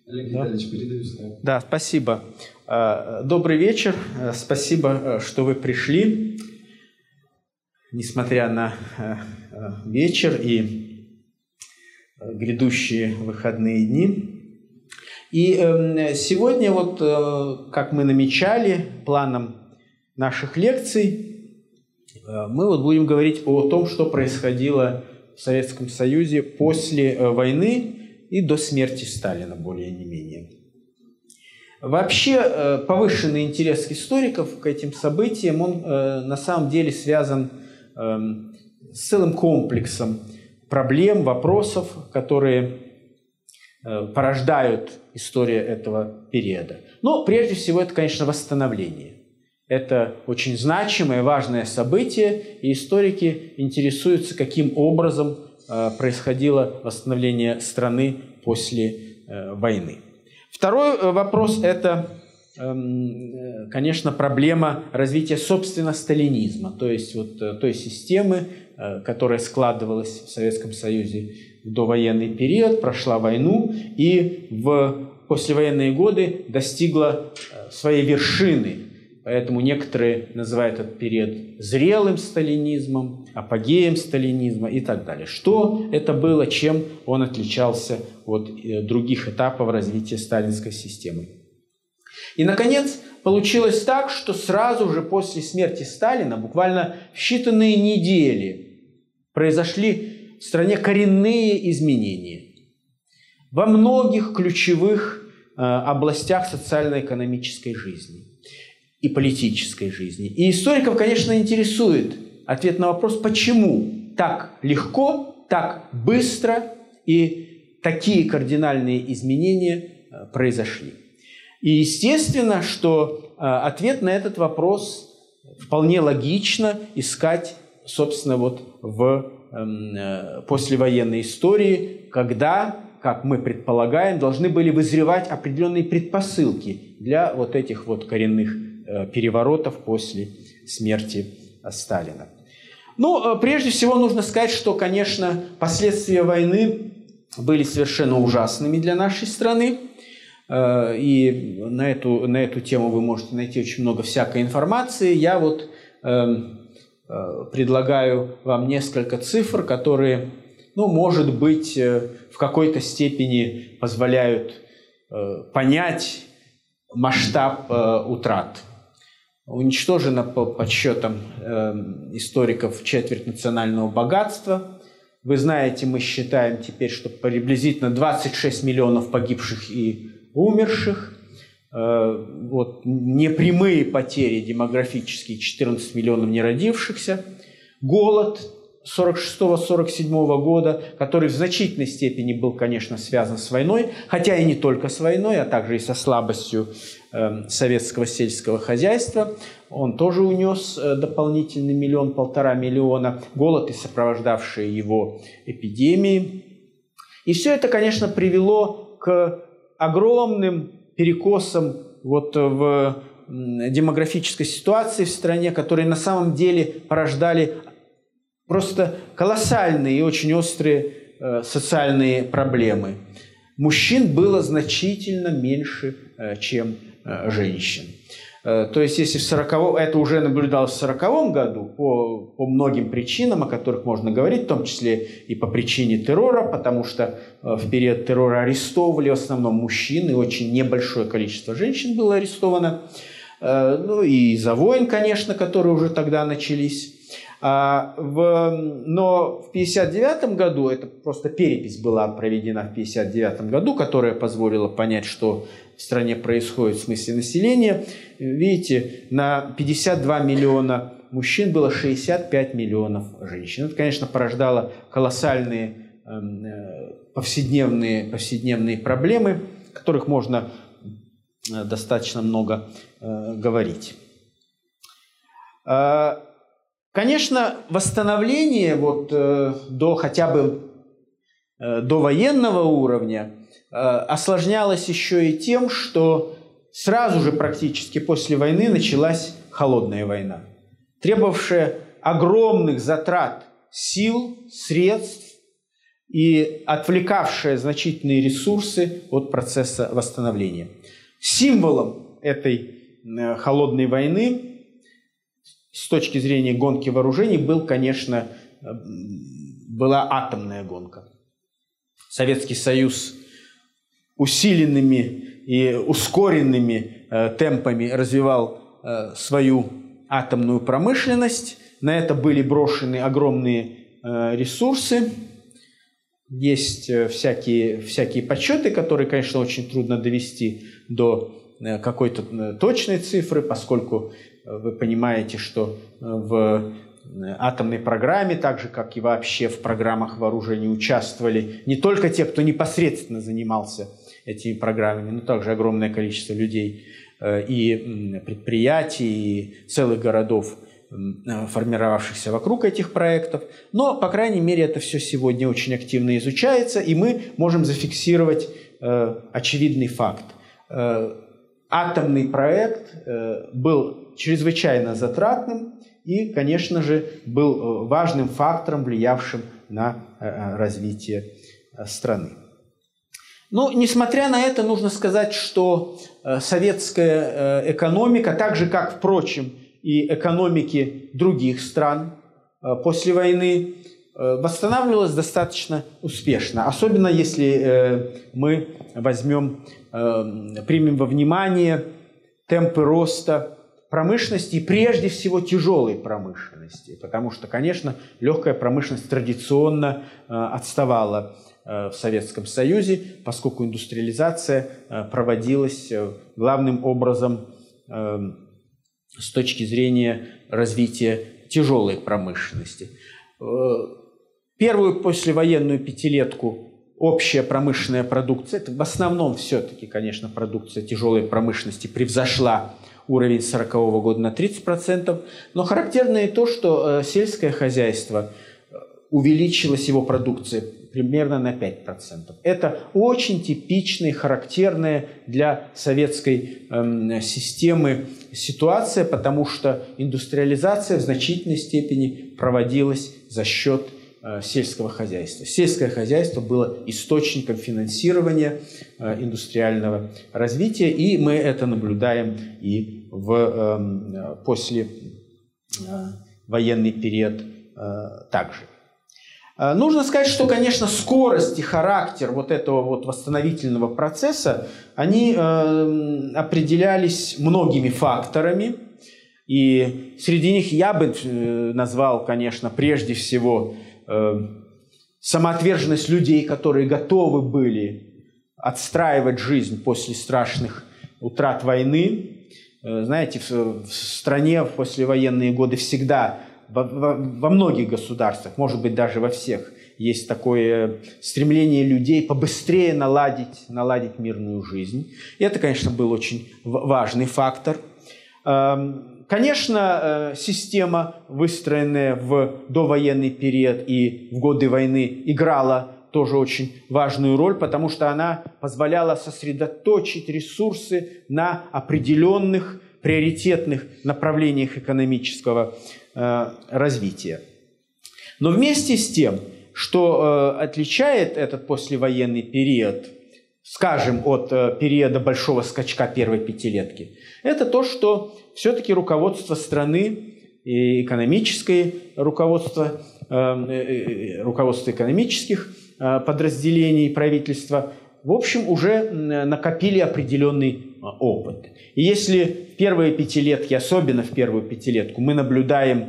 Олег Витальевич, передаю слово. Да, спасибо. Добрый вечер. Спасибо, что вы пришли, несмотря на вечер и грядущие выходные дни. И сегодня, как мы намечали планом наших лекций, мы будем говорить о том, что происходило в Советском Союзе после войны и до смерти Сталина, более не менее. Вообще, повышенный интерес историков к этим событиям, он на самом деле связан с целым комплексом проблем, вопросов, которые порождают историю этого периода. Но прежде всего это, конечно, восстановление. Это очень значимое, важное событие, и историки интересуются, каким образом происходило восстановление страны после войны. Второй вопрос – это, конечно, проблема развития, собственно, сталинизма, то есть той системы, которая складывалась в Советском Союзе в довоенный период, прошла войну и в послевоенные годы достигла своей вершины. Поэтому некоторые называют этот период зрелым сталинизмом, апогеем сталинизма и так далее. Что это было, чем он отличался от других этапов развития сталинской системы. И, наконец, получилось так, что сразу же после смерти Сталина, буквально в считанные недели, произошли в стране коренные изменения во многих ключевых областях социально-экономической жизни и политической жизни. И историков, конечно, интересует ответ на вопрос, почему так легко, так быстро и такие кардинальные изменения произошли. И естественно, что ответ на этот вопрос вполне логично искать, собственно, в послевоенной истории, когда, как мы предполагаем, должны были вызревать определенные предпосылки для этих коренных переворотов после смерти Сталина. Прежде всего нужно сказать, что, конечно, последствия войны были совершенно ужасными для нашей страны. И на эту тему вы можете найти очень много всякой информации. Я предлагаю вам несколько цифр, которые, может быть, в какой-то степени позволяют понять масштаб утрат. Уничтожено по подсчетам историков четверть национального богатства. Вы знаете, мы считаем теперь, что приблизительно 26 миллионов погибших и умерших. Непрямые потери демографические, 14 миллионов неродившихся. Голод 1946-1947 года, который в значительной степени был, конечно, связан с войной, хотя и не только с войной, а также и со слабостью советского сельского хозяйства. Он тоже унес дополнительный 1–1,5 миллиона. Голод и сопровождавшие его эпидемии. И все это, конечно, привело к огромным перекосам в демографической ситуации в стране, которые на самом деле порождали просто колоссальные и очень острые социальные проблемы. Мужчин было значительно меньше, чем женщин. То есть, если это уже наблюдалось в 1940 году по многим причинам, о которых можно говорить, в том числе и по причине террора, потому что в период террора арестовывали в основном мужчин, и очень небольшое количество женщин было арестовано. И из-за войн, конечно, которые уже тогда начались. Но в 1959 году, это просто перепись была проведена в 1959 году, которая позволила понять, что в стране происходит в смысле населения. Видите, на 52 миллиона мужчин было 65 миллионов женщин. Это, конечно, порождало колоссальные повседневные проблемы, о которых можно достаточно много говорить. Конечно, восстановление хотя бы до военного уровня осложнялось еще и тем, что сразу же практически после войны началась холодная война, требовавшая огромных затрат сил, средств и отвлекавшая значительные ресурсы от процесса восстановления. Символом этой холодной войны с точки зрения гонки вооружений была атомная гонка. Советский Союз усиленными и ускоренными темпами развивал свою атомную промышленность. На это были брошены огромные ресурсы. Есть всякие подсчеты, которые, конечно, очень трудно довести до какой-то точной цифры, поскольку вы понимаете, что в атомной программе, так же, как и вообще в программах вооружений, участвовали не только те, кто непосредственно занимался этими программами, но также огромное количество людей и предприятий, и целых городов, формировавшихся вокруг этих проектов. Но, по крайней мере, это все сегодня очень активно изучается, и мы можем зафиксировать очевидный факт. Атомный проект был чрезвычайно затратным и, конечно же, был важным фактором, влиявшим на развитие страны. Но, несмотря на это, нужно сказать, что советская экономика, так же, как, впрочем, и экономики других стран после войны, восстанавливалась достаточно успешно. Особенно если мы примем во внимание темпы роста промышленности и прежде всего тяжелой промышленности. Потому что, конечно, легкая промышленность традиционно отставала в Советском Союзе, поскольку индустриализация проводилась главным образом с точки зрения развития тяжелой промышленности. Первую послевоенную пятилетку общая промышленная продукция, это в основном все-таки, конечно, продукция тяжелой промышленности, превзошла уровень 1940 года на 30%, но характерно и то, что сельское хозяйство увеличилась его продукция примерно на 5%. Это очень типичная, характерная для советской системы ситуация, потому что индустриализация в значительной степени проводилась за счет сельского хозяйства. Сельское хозяйство было источником финансирования индустриального развития, и мы это наблюдаем и в послевоенный период также. Нужно сказать, что, конечно, скорость и характер вот этого вот восстановительного процесса, они определялись многими факторами. И среди них я бы назвал, конечно, прежде всего самоотверженность людей, которые готовы были отстраивать жизнь после страшных утрат войны. Знаете, в стране в послевоенные годы всегда во многих государствах, может быть, даже во всех, есть такое стремление людей побыстрее наладить мирную жизнь. И это, конечно, был очень важный фактор. Конечно, система, выстроенная в довоенный период и в годы войны, играла тоже очень важную роль, потому что она позволяла сосредоточить ресурсы на определенных приоритетных направлениях экономического развития. Но вместе с тем, что отличает этот послевоенный период, скажем, от периода большого скачка первой пятилетки, это то, что все-таки руководство страны и экономическое руководство экономических подразделений правительства, в общем, уже накопили определенный опыт. И если в первые пятилетки, особенно в первую пятилетку, мы наблюдаем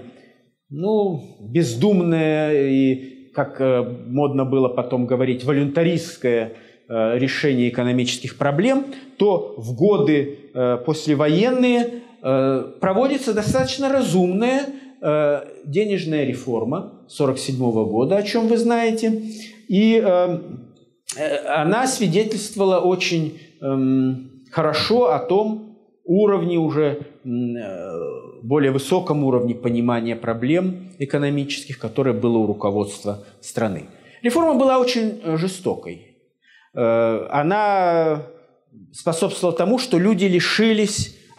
бездумное и, как модно было потом говорить, волюнтаристское решение экономических проблем, то в годы послевоенные проводится достаточно разумная денежная реформа 1947 года, о чем вы знаете, и она свидетельствовала очень хорошо о том уровне уже, более высоком уровне понимания проблем экономических, которое было у руководства страны. Реформа была очень жестокой. Она способствовала тому, что люди лишились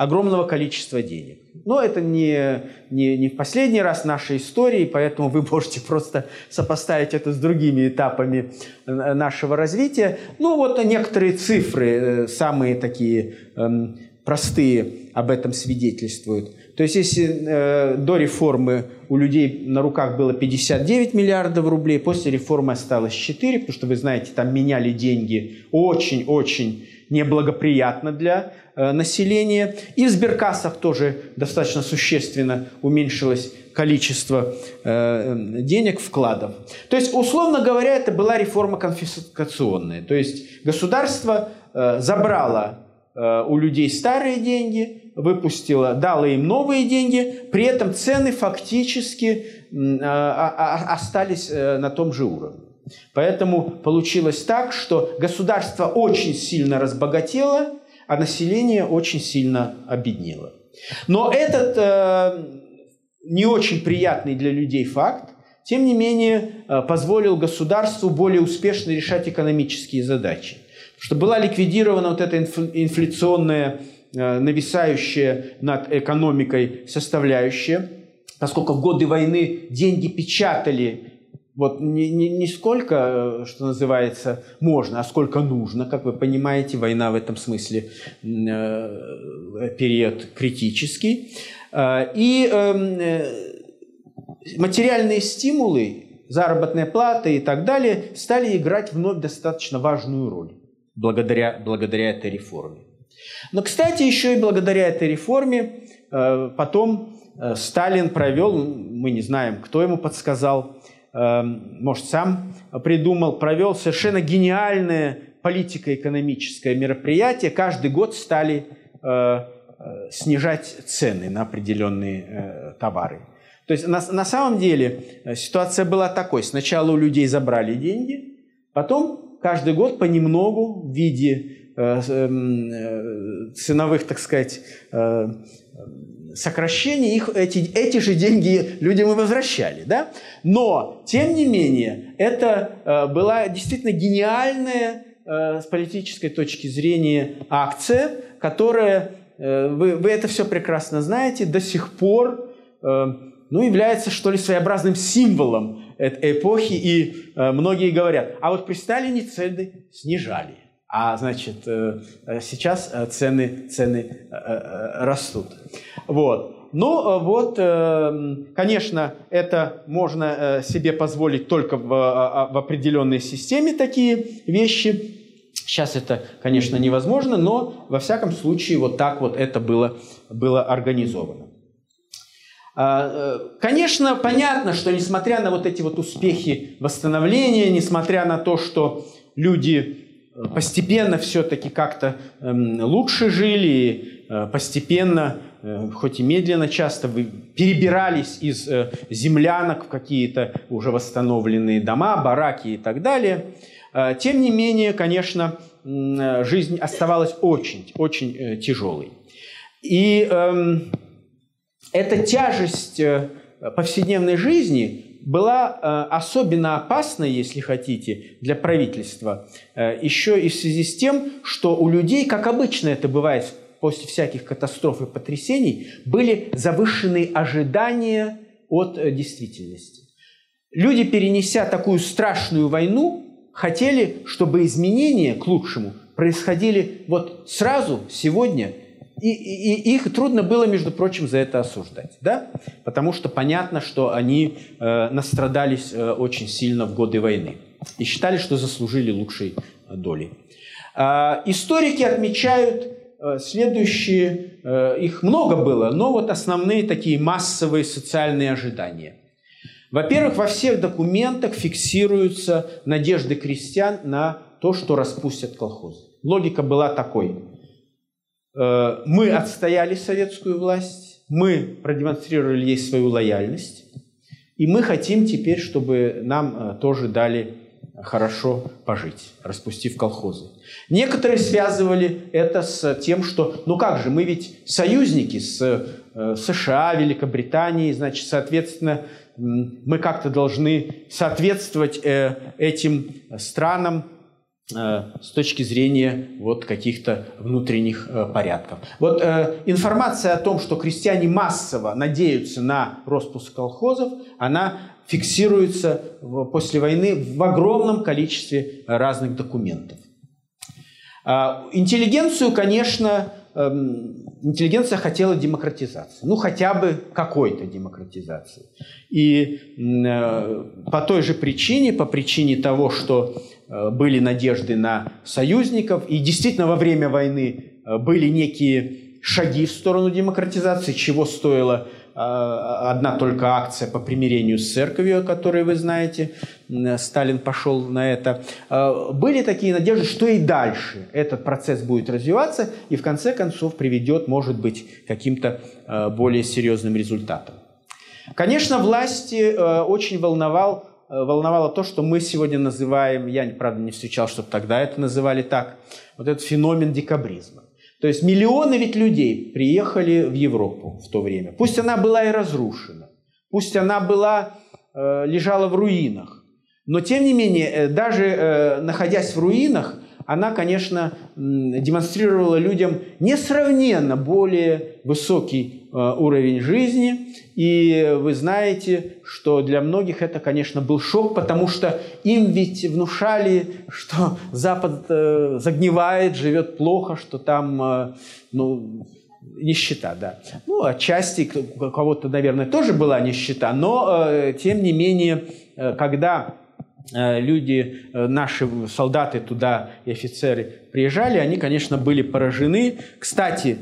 огромного количества денег. Но это не в последний раз в нашей истории, поэтому вы можете просто сопоставить это с другими этапами нашего развития. Ну вот некоторые цифры, самые такие простые, об этом свидетельствуют. То есть если до реформы у людей на руках было 59 миллиардов рублей, после реформы осталось 4, потому что, вы знаете, там меняли деньги очень-очень неблагоприятно для населения. И в сберкассах тоже достаточно существенно уменьшилось количество денег, вкладов. То есть, условно говоря, это была реформа конфискационная. То есть государство забрало у людей старые деньги, выпустила, дала им новые деньги, при этом цены фактически остались на том же уровне. Поэтому получилось так, что государство очень сильно разбогатело, а население очень сильно обеднело. Но этот не очень приятный для людей факт, тем не менее, позволил государству более успешно решать экономические задачи. Что была ликвидирована вот эта инфляционная, нависающая над экономикой составляющая, поскольку в годы войны деньги печатали вот не сколько, что называется, можно, а сколько нужно. Как вы понимаете, война в этом смысле период критический. И материальные стимулы, заработная плата и так далее стали играть вновь достаточно важную роль благодаря этой реформе. Но, кстати, еще и благодаря этой реформе потом Сталин провел, мы не знаем, кто ему подсказал, может, сам придумал, провел совершенно гениальное политико-экономическое мероприятие. Каждый год стали снижать цены на определенные товары. То есть на самом деле ситуация была такой. Сначала у людей забрали деньги, потом каждый год понемногу в виде ценовых, так сказать, сокращений эти же деньги людям и возвращали. Да? Но, тем не менее, это была действительно гениальная с политической точки зрения акция, которая, вы это все прекрасно знаете, до сих пор является, что ли, своеобразным символом этой эпохи. И многие говорят, а вот при Сталине цены снижали. А значит, сейчас цены растут. Вот. Ну вот, конечно, это можно себе позволить только в определенной системе такие вещи. Сейчас это, конечно, невозможно, но во всяком случае вот так вот это было организовано. Конечно, понятно, что несмотря на вот эти вот успехи восстановления, несмотря на то, что люди постепенно все-таки как-то лучше жили, постепенно, хоть и медленно часто, перебирались из землянок в какие-то уже восстановленные дома, бараки и так далее. Тем не менее, конечно, жизнь оставалась очень тяжелой. И эта тяжесть повседневной жизни была особенно опасной, если хотите, для правительства, еще и в связи с тем, что у людей, как обычно это бывает после всяких катастроф и потрясений, были завышенные ожидания от действительности. Люди, перенеся такую страшную войну, хотели, чтобы изменения к лучшему происходили вот сразу, сегодня, и их трудно было, между прочим, за это осуждать, да? Потому что понятно, что они настрадались очень сильно в годы войны и считали, что заслужили лучшей доли. Историки отмечают следующие, их много было, но вот основные такие массовые социальные ожидания. Во-первых, во всех документах фиксируются надежды крестьян на то, что распустят колхозы. Логика была такой. Мы отстояли советскую власть, мы продемонстрировали ей свою лояльность, и мы хотим теперь, чтобы нам тоже дали хорошо пожить, распустив колхозы. Некоторые связывали это с тем, что, ну как же, мы ведь союзники с США, Великобританией, значит, соответственно, мы как-то должны соответствовать этим странам, с точки зрения вот каких-то внутренних порядков. Вот информация о том, что крестьяне массово надеются на распуск колхозов, она фиксируется после войны в огромном количестве разных документов. Интеллигенцию, конечно, интеллигенция хотела демократизации. Ну, хотя бы какой-то демократизации. И по той же причине, по причине того, что были надежды на союзников, и действительно во время войны были некие шаги в сторону демократизации, чего стоила одна только акция по примирению с церковью, о которой вы знаете, Сталин пошел на это. Были такие надежды, что и дальше этот процесс будет развиваться и в конце концов приведет, может быть, к каким-то более серьезным результатам. Конечно, власти очень волновало то, что мы сегодня называем, я, правда, не встречал, чтобы тогда это называли так, вот этот феномен декабризма. То есть миллионы ведь людей приехали в Европу в то время. Пусть она была и разрушена, пусть она лежала в руинах, но тем не менее, даже находясь в руинах, она, конечно, демонстрировала людям несравненно более высокий уровень жизни. И вы знаете, что для многих это, конечно, был шок, потому что им ведь внушали, что Запад загнивает, живет плохо, что там нищета, да. Ну, отчасти у кого-то, наверное, тоже была нищета, но, тем не менее, когда люди, наши солдаты туда и офицеры приезжали, они, конечно, были поражены. Кстати,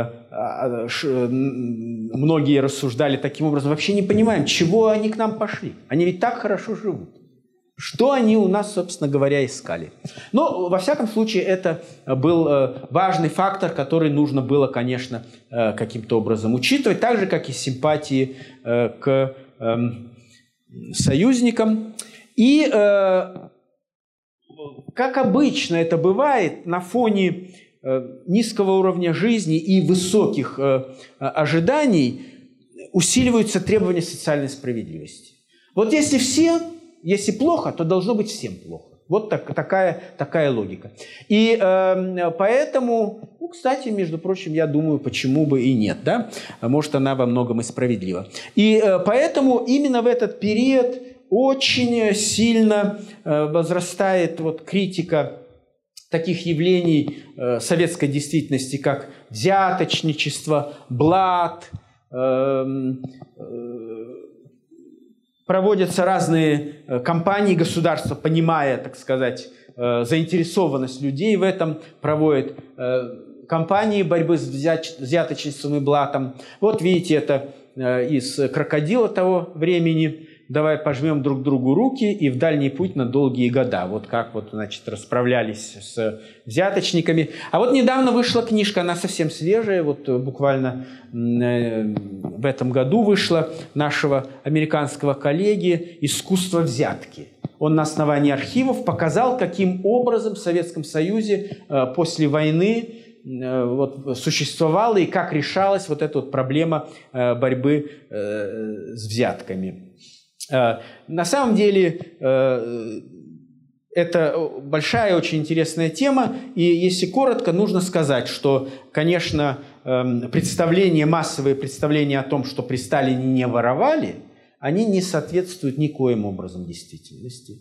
многие рассуждали таким образом: вообще не понимаем, чего они к нам пошли. Они ведь так хорошо живут. Что они у нас, собственно говоря, искали? Но, во всяком случае, это был важный фактор, который нужно было, конечно, каким-то образом учитывать, так же, как и симпатии к союзникам. И, как обычно это бывает, на фоне низкого уровня жизни и высоких ожиданий усиливаются требования социальной справедливости. Вот если плохо, то должно быть всем плохо. Вот такая логика. И поэтому, кстати, между прочим, я думаю, почему бы и нет, да? Может, она во многом и справедлива. И поэтому именно в этот период очень сильно возрастает критика таких явлений советской действительности, как взяточничество, блат. Проводятся разные кампании государства, понимая, так сказать, заинтересованность людей в этом, проводят кампании борьбы с взяточничеством и блатом. Вот видите, это из «Крокодила» того времени. Давай пожмем друг другу руки и в дальний путь на долгие года. Вот как расправлялись с взяточниками. А вот недавно вышла книжка, она совсем свежая, буквально в этом году вышла, нашего американского коллеги «Искусство взятки». Он на основании архивов показал, каким образом в Советском Союзе после войны существовала и как решалась эта проблема борьбы с взятками. На самом деле, это большая, очень интересная тема, и если коротко, нужно сказать, что, конечно, массовые представления о том, что при Сталине не воровали, они не соответствуют никоим образом действительности.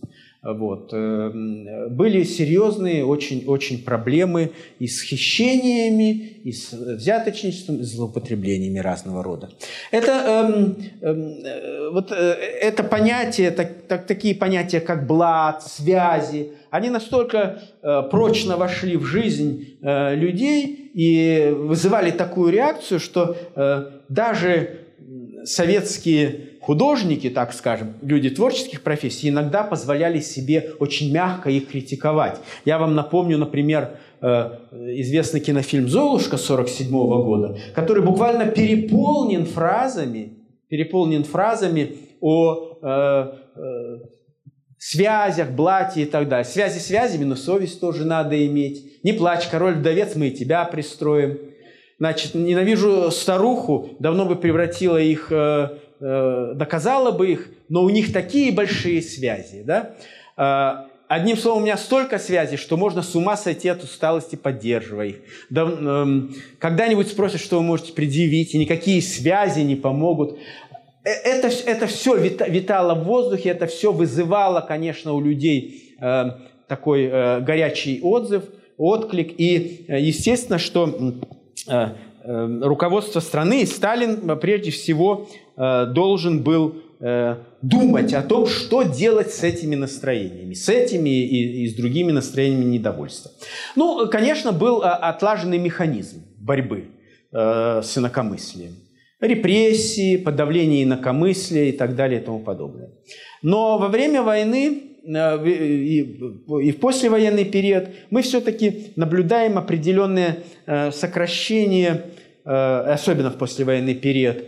Были серьезные очень проблемы и с хищениями, и с взяточничеством, и с злоупотреблениями разного рода. Это понятия, такие понятия, как блат, связи, они настолько прочно вошли в жизнь людей и вызывали такую реакцию, что даже советские художники, так скажем, люди творческих профессий, иногда позволяли себе очень мягко их критиковать. Я вам напомню, например, известный кинофильм «Золушка» 1947 года, который буквально переполнен фразами о связях, блате и так далее. Связи связями, но совесть тоже надо иметь. Не плачь, король-вдовец, мы и тебя пристроим. Значит, ненавижу старуху, давно бы превратила их, доказала бы их, но у них такие большие связи. Да? Одним словом, у меня столько связей, что можно с ума сойти от усталости, поддерживая их. Когда-нибудь спросят, что вы можете предъявить, и никакие связи не помогут. Это все витало в воздухе, это все вызывало, конечно, у людей такой горячий отклик. И естественно, что руководство страны, Сталин прежде всего должен был думать о том, что делать с этими настроениями, с этими и с другими настроениями недовольства. Ну, конечно, был отлаженный механизм борьбы с инакомыслием. Репрессии, подавление инакомыслия и так далее и тому подобное. Но во время войны и в послевоенный период мы все-таки наблюдаем определенное сокращение, особенно в послевоенный период,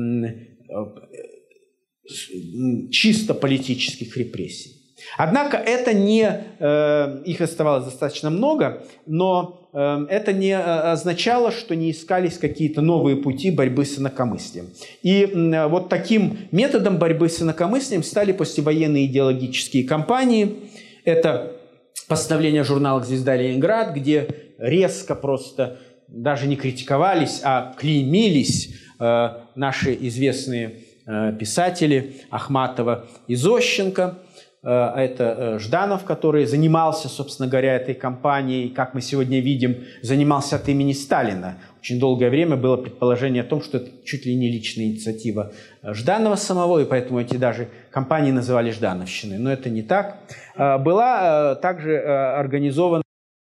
чисто политических репрессий. Однако это их оставалось достаточно много, но это не означало, что не искались какие-то новые пути борьбы с инакомыслием. И вот таким методом борьбы с инакомыслием стали послевоенные идеологические кампании. Это постановление журнала «Звезда Ленинград», где резко просто даже не критиковались, а клеймились наши известные писатели Ахматова и Зощенко. Это Жданов, который занимался, собственно говоря, этой кампанией, как мы сегодня видим, занимался от имени Сталина. Очень долгое время было предположение о том, что это чуть ли не личная инициатива Жданова самого, и поэтому эти даже кампании называли Ждановщиной. Но это не так. Была также организована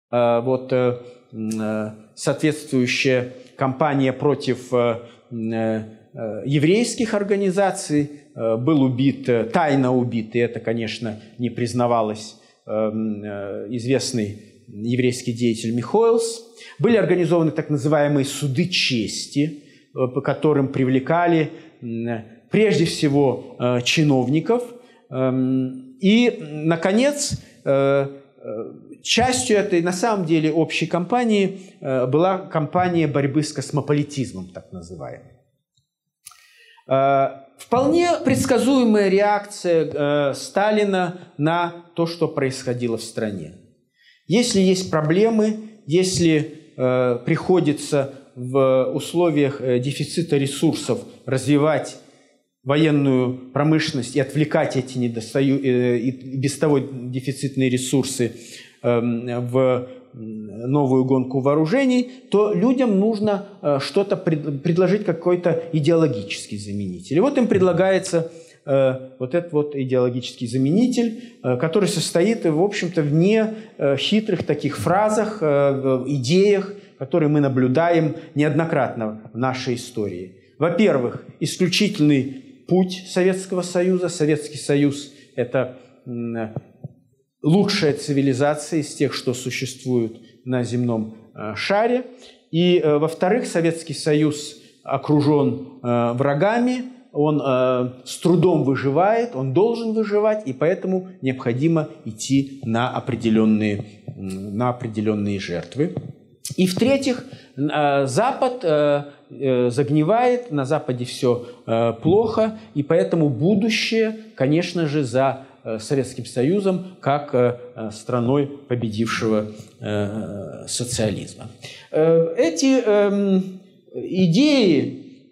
соответствующая кампания против еврейских организаций. Был убит, тайно убит, и это, конечно, не признавалось, известный еврейский деятель Михоэлс. Были организованы так называемые суды чести, по которым привлекали прежде всего чиновников. И, наконец, частью этой, на самом деле, общей кампании была кампания борьбы с космополитизмом, так называемой. Вполне предсказуемая реакция Сталина на то, что происходило в стране. Если есть проблемы, если приходится в условиях дефицита ресурсов развивать военную промышленность и отвлекать эти и без того дефицитные ресурсы в новую гонку вооружений, то людям нужно что-то предложить, какой-то идеологический заменитель. И вот им предлагается вот этот вот идеологический заменитель, который состоит, в общем-то, в не хитрых таких фразах, идеях, которые мы наблюдаем неоднократно в нашей истории. Во-первых, исключительный путь Советского Союза. Советский Союз – это лучшая цивилизация из тех, что существуют на земном шаре. И, во-вторых, Советский Союз окружен врагами, он с трудом выживает, он должен выживать, и поэтому необходимо идти на определенные жертвы. И, в-третьих, Запад загнивает, на Западе все плохо, и поэтому будущее, конечно же, за Советским Союзом как страной победившего социализма. Эти идеи,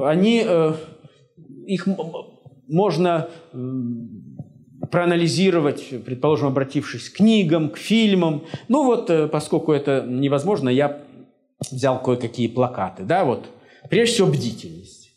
их можно проанализировать, предположим, обратившись к книгам, к фильмам. Ну вот, поскольку это невозможно, я взял кое-какие плакаты. Да, вот. Прежде всего, бдительность.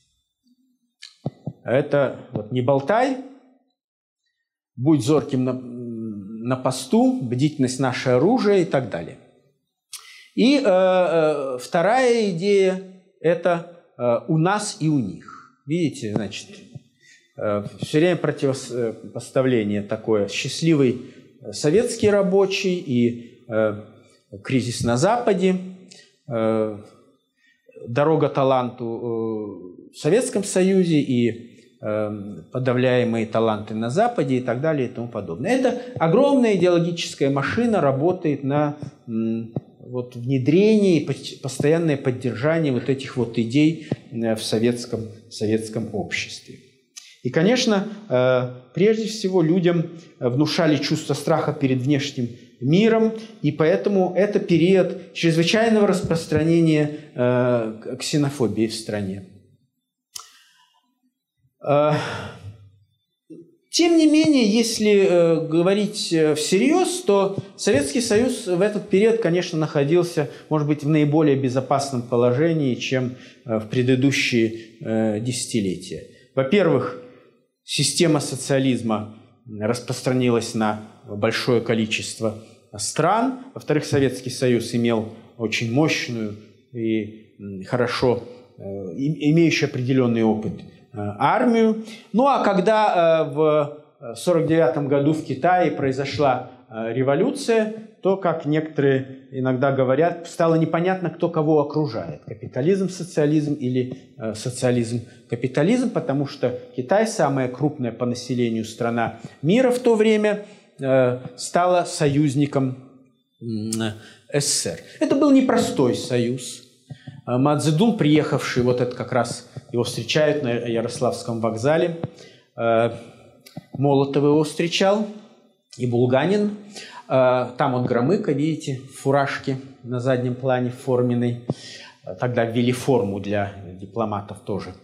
Это вот, не болтай, будь зорким на посту, бдительность – наше оружие и так далее. И вторая идея – это у нас и у них. Видите, значит, все время противопоставление такое. Счастливый советский рабочий и кризис на Западе, дорога таланту в Советском Союзе и подавляемые таланты на Западе и так далее и тому подобное. Это огромная идеологическая машина работает на вот, внедрении и постоянное поддержание вот этих вот идей в советском обществе. И, конечно, прежде всего людям внушали чувство страха перед внешним миром, и поэтому это период чрезвычайного распространения ксенофобии в стране. Тем не менее, если говорить всерьез, то Советский Союз в этот период, конечно, находился, может быть, в наиболее безопасном положении, чем в предыдущие десятилетия. Во-первых, система социализма распространилась на большое количество стран. Во-вторых, Советский Союз имел очень мощную и хорошо имеющую определенный опыт армию. Ну а когда в 1949 году в Китае произошла революция, то, как некоторые иногда говорят, стало непонятно, кто кого окружает. Капитализм, социализм или социализм, капитализм, потому что Китай, самая крупная по населению страна мира в то время, стала союзником СССР. Это был непростой союз. Мао Цзэдун, приехавший, вот это как раз его встречают на Ярославском вокзале, Молотов его встречал, и Булганин. Там он Громыко, видите, в фуражке на заднем плане форменной. Тогда ввели форму для дипломатов тоже.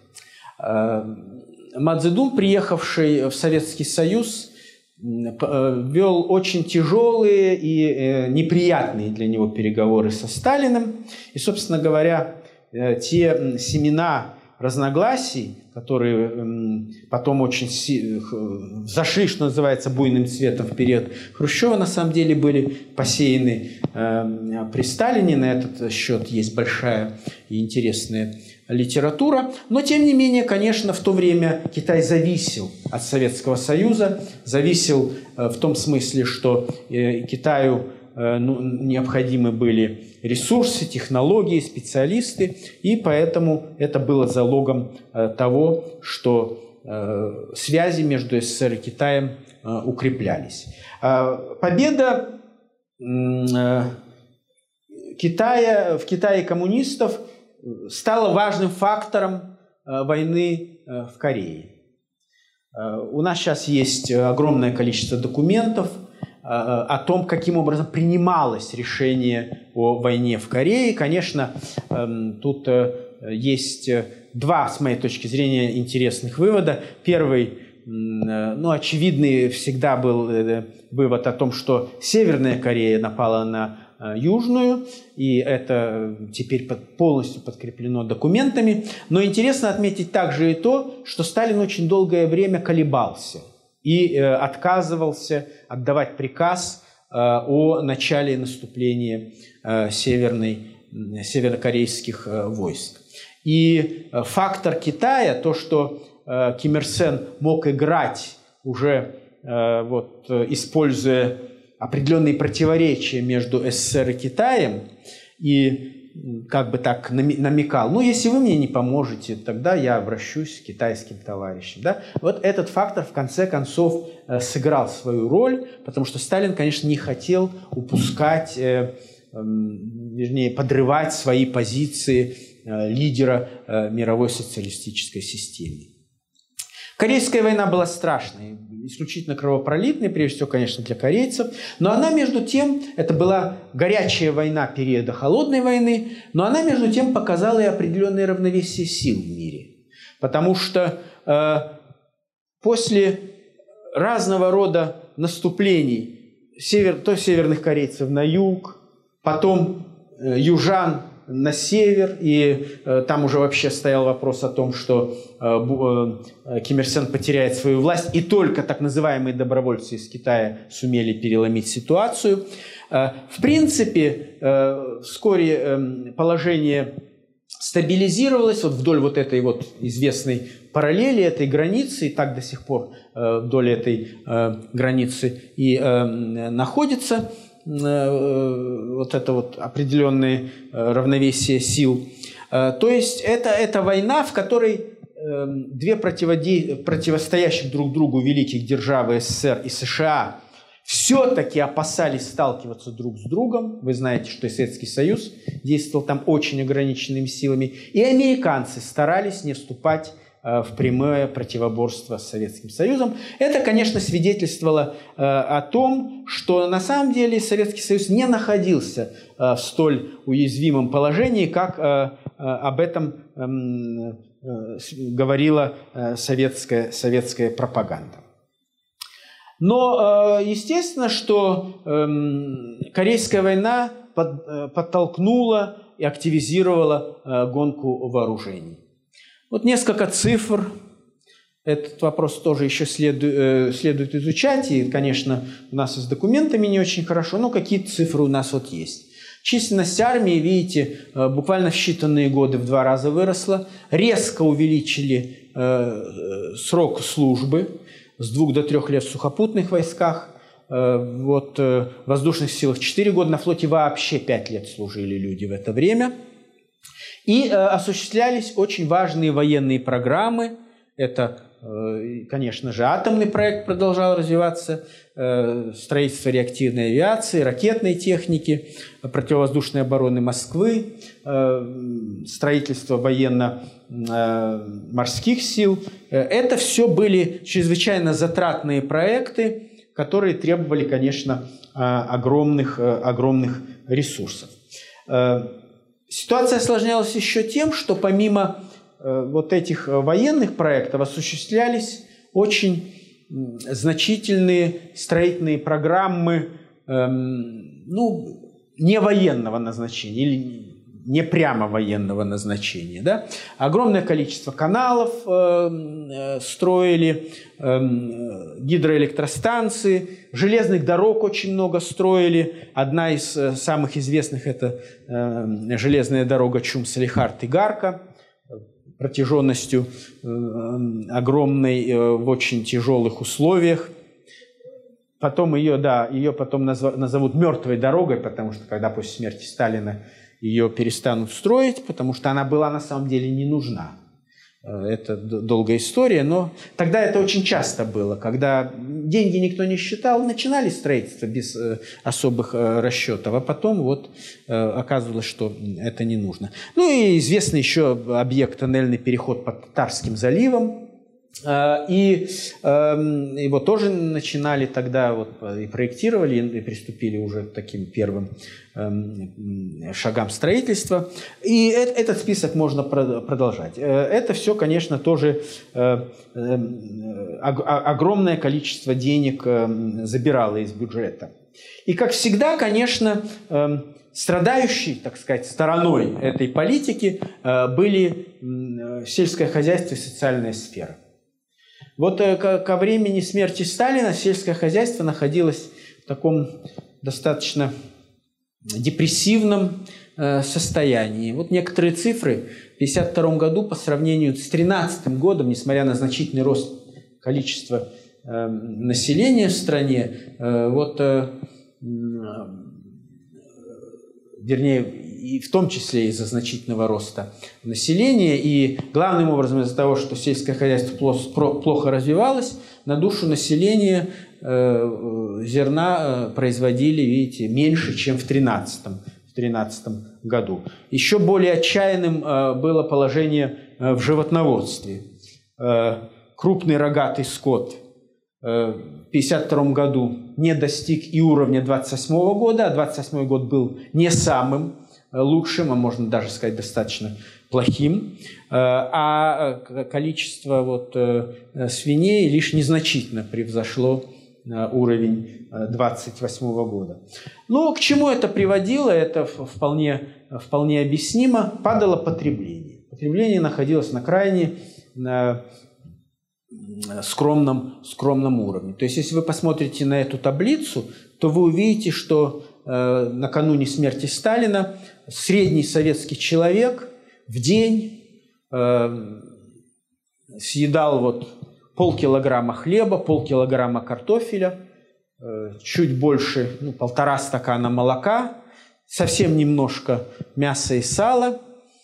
Мао Цзэдун, приехавший в Советский Союз, вел очень тяжелые и неприятные для него переговоры со Сталиным. И, собственно говоря, те семена разногласий, которые потом очень зашли, что называется, буйным цветом в период Хрущева, на самом деле были посеяны при Сталине. На этот счет есть большая и интересная литература. Но, тем не менее, конечно, в то время Китай зависел от Советского Союза, зависел в том смысле, что Китаю необходимы были ресурсы, технологии, специалисты, и поэтому это было залогом того, что связи между СССР и Китаем укреплялись. Победа в Китае коммунистов стала важным фактором войны в Корее. У нас сейчас есть огромное количество документов о том, каким образом принималось решение о войне в Корее. Конечно, тут есть два, с моей точки зрения, интересных вывода. Первый, очевидный всегда был вывод о том, что Северная Корея напала на Южную, и это теперь полностью подкреплено документами. Но интересно отметить также и то, что Сталин очень долгое время колебался и отказывался отдавать приказ о начале наступления северокорейских войск. И фактор Китая, то, что Ким Ир Сен мог играть уже, используя определенные противоречия между СССР и Китаем, и как бы так намекал, если вы мне не поможете, тогда я обращусь к китайским товарищам. Да? Вот этот фактор в конце концов сыграл свою роль, потому что Сталин, конечно, не хотел упускать, вернее, подрывать свои позиции лидера мировой социалистической системы. Корейская война была страшной, исключительно кровопролитной, прежде всего, конечно, для корейцев. Но она, между тем, это была горячая война периода Холодной войны, но она, между тем, показала и определенное равновесие сил в мире. Потому что после разного рода наступлений то северных корейцев на юг, потом южан на север, и там уже вообще стоял вопрос о том, что Ким Ир Сен потеряет свою власть, и только так называемые добровольцы из Китая сумели переломить ситуацию. В принципе, вскоре положение стабилизировалось вдоль этой известной параллели, этой границы, и так до сих пор вдоль этой границы и находится определенное равновесие сил. То есть это война, в которой две противостоящих друг другу великих державы СССР и США все-таки опасались сталкиваться друг с другом. Вы знаете, что и Советский Союз действовал там очень ограниченными силами. И американцы старались не вступать в прямое противоборство с Советским Союзом. Это, конечно, свидетельствовало о том, что на самом деле Советский Союз не находился в столь уязвимом положении, как об этом говорила советская пропаганда. Но естественно, что Корейская война подтолкнула и активизировала гонку вооружений. Вот несколько цифр. Этот вопрос тоже еще следует изучать. И, конечно, у нас и с документами не очень хорошо, но какие-то цифры у нас вот есть. Численность армии, видите, буквально в считанные годы в 2 раза выросла. Резко увеличили срок службы с 2 до 3 лет в сухопутных войсках. Вот, в воздушных силах 4 года, на флоте вообще 5 лет служили люди в это время. И осуществлялись очень важные военные программы. Это, конечно же, атомный проект продолжал развиваться, строительство реактивной авиации, ракетной техники, противовоздушной обороны Москвы, строительство военно-морских сил. Это все были чрезвычайно затратные проекты, которые требовали, конечно, огромных ресурсов. Ситуация осложнялась еще тем, что помимо вот этих военных проектов осуществлялись очень значительные строительные программы, не военного назначения или не прямо военного назначения. Да? Огромное количество каналов строили, гидроэлектростанции, железных дорог очень много строили. Одна из самых известных – это железная дорога Чум-Салехард-Игарка, протяженностью огромной в очень тяжелых условиях. Потом ее потом назовут мертвой дорогой, потому что когда после смерти Сталина ее перестанут строить, потому что она была на самом деле не нужна. Это долгая история, но тогда это очень часто было, когда деньги никто не считал, начинали строительство без особых расчетов, а потом вот оказывалось, что это не нужно. Ну и известный еще объект тоннельный переход под Татарским заливом. И его тоже начинали тогда, вот, и проектировали, и приступили уже к таким первым шагам строительства. И этот список можно продолжать. Это все, конечно, тоже огромное количество денег забирало из бюджета. И, как всегда, конечно, страдающей, так сказать, стороной этой политики были сельское хозяйство и социальная сфера. Вот ко времени смерти Сталина сельское хозяйство находилось в таком достаточно депрессивном состоянии. Вот некоторые цифры. В 1952 году по сравнению с 2013 годом, несмотря на значительный рост количества населения в стране, вернее, и в том числе из-за значительного роста населения, и главным образом из-за того, что сельское хозяйство плохо развивалось, на душу населения зерна производили, видите, меньше, чем в 2013 году. Еще более отчаянным было положение в животноводстве. Крупный рогатый скот в 1952 году не достиг и уровня 1928 года, а 1928 год был не самым лучшим, а можно даже сказать достаточно плохим, а количество свиней лишь незначительно превзошло уровень 1928 года. Но к чему это приводило, это вполне объяснимо. Падало потребление. Потребление находилось на крайне скромном уровне. То есть, если вы посмотрите на эту таблицу, то вы увидите, что накануне смерти Сталина средний советский человек в день съедал полкилограмма хлеба, полкилограмма картофеля, чуть больше, 1,5 стакана молока, совсем немножко мяса и сала,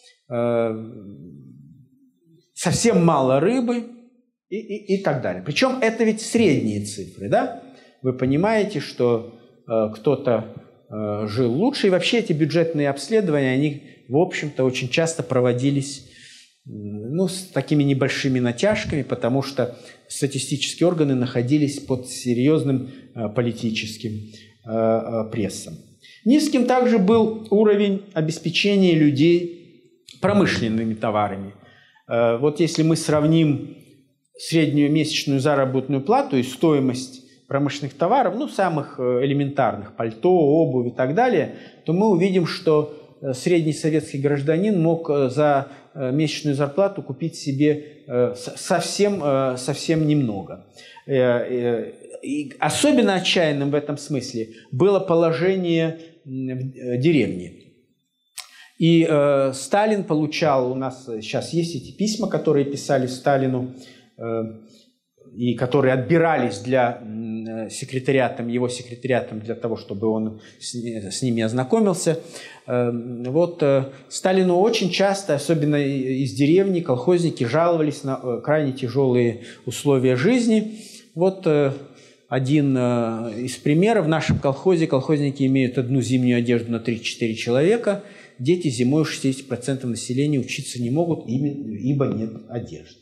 совсем мало рыбы и так далее. Причем это ведь средние цифры, да? Вы понимаете, что кто-то жил лучше, и вообще эти бюджетные обследования, они, в общем-то, очень часто проводились ну, с такими небольшими натяжками, потому что статистические органы находились под серьезным политическим прессом. Низким также был уровень обеспечения людей промышленными товарами. Вот если мы сравним среднюю месячную заработную плату и стоимость промышленных товаров, ну, самых элементарных, пальто, обувь и так далее, то мы увидим, что средний советский гражданин мог за месячную зарплату купить себе совсем немного. И особенно отчаянным в этом смысле было положение в деревне. И Сталин получал, у нас сейчас есть эти письма, которые писали Сталину, и которые отбирались для его секретариатом для того, чтобы он с ними ознакомился. Вот Сталину очень часто, особенно из деревни, колхозники жаловались на крайне тяжелые условия жизни. Вот один из примеров. В нашем колхозе колхозники имеют одну зимнюю одежду на 3-4 человека. Дети зимой у 60% населения учиться не могут, ибо нет одежды.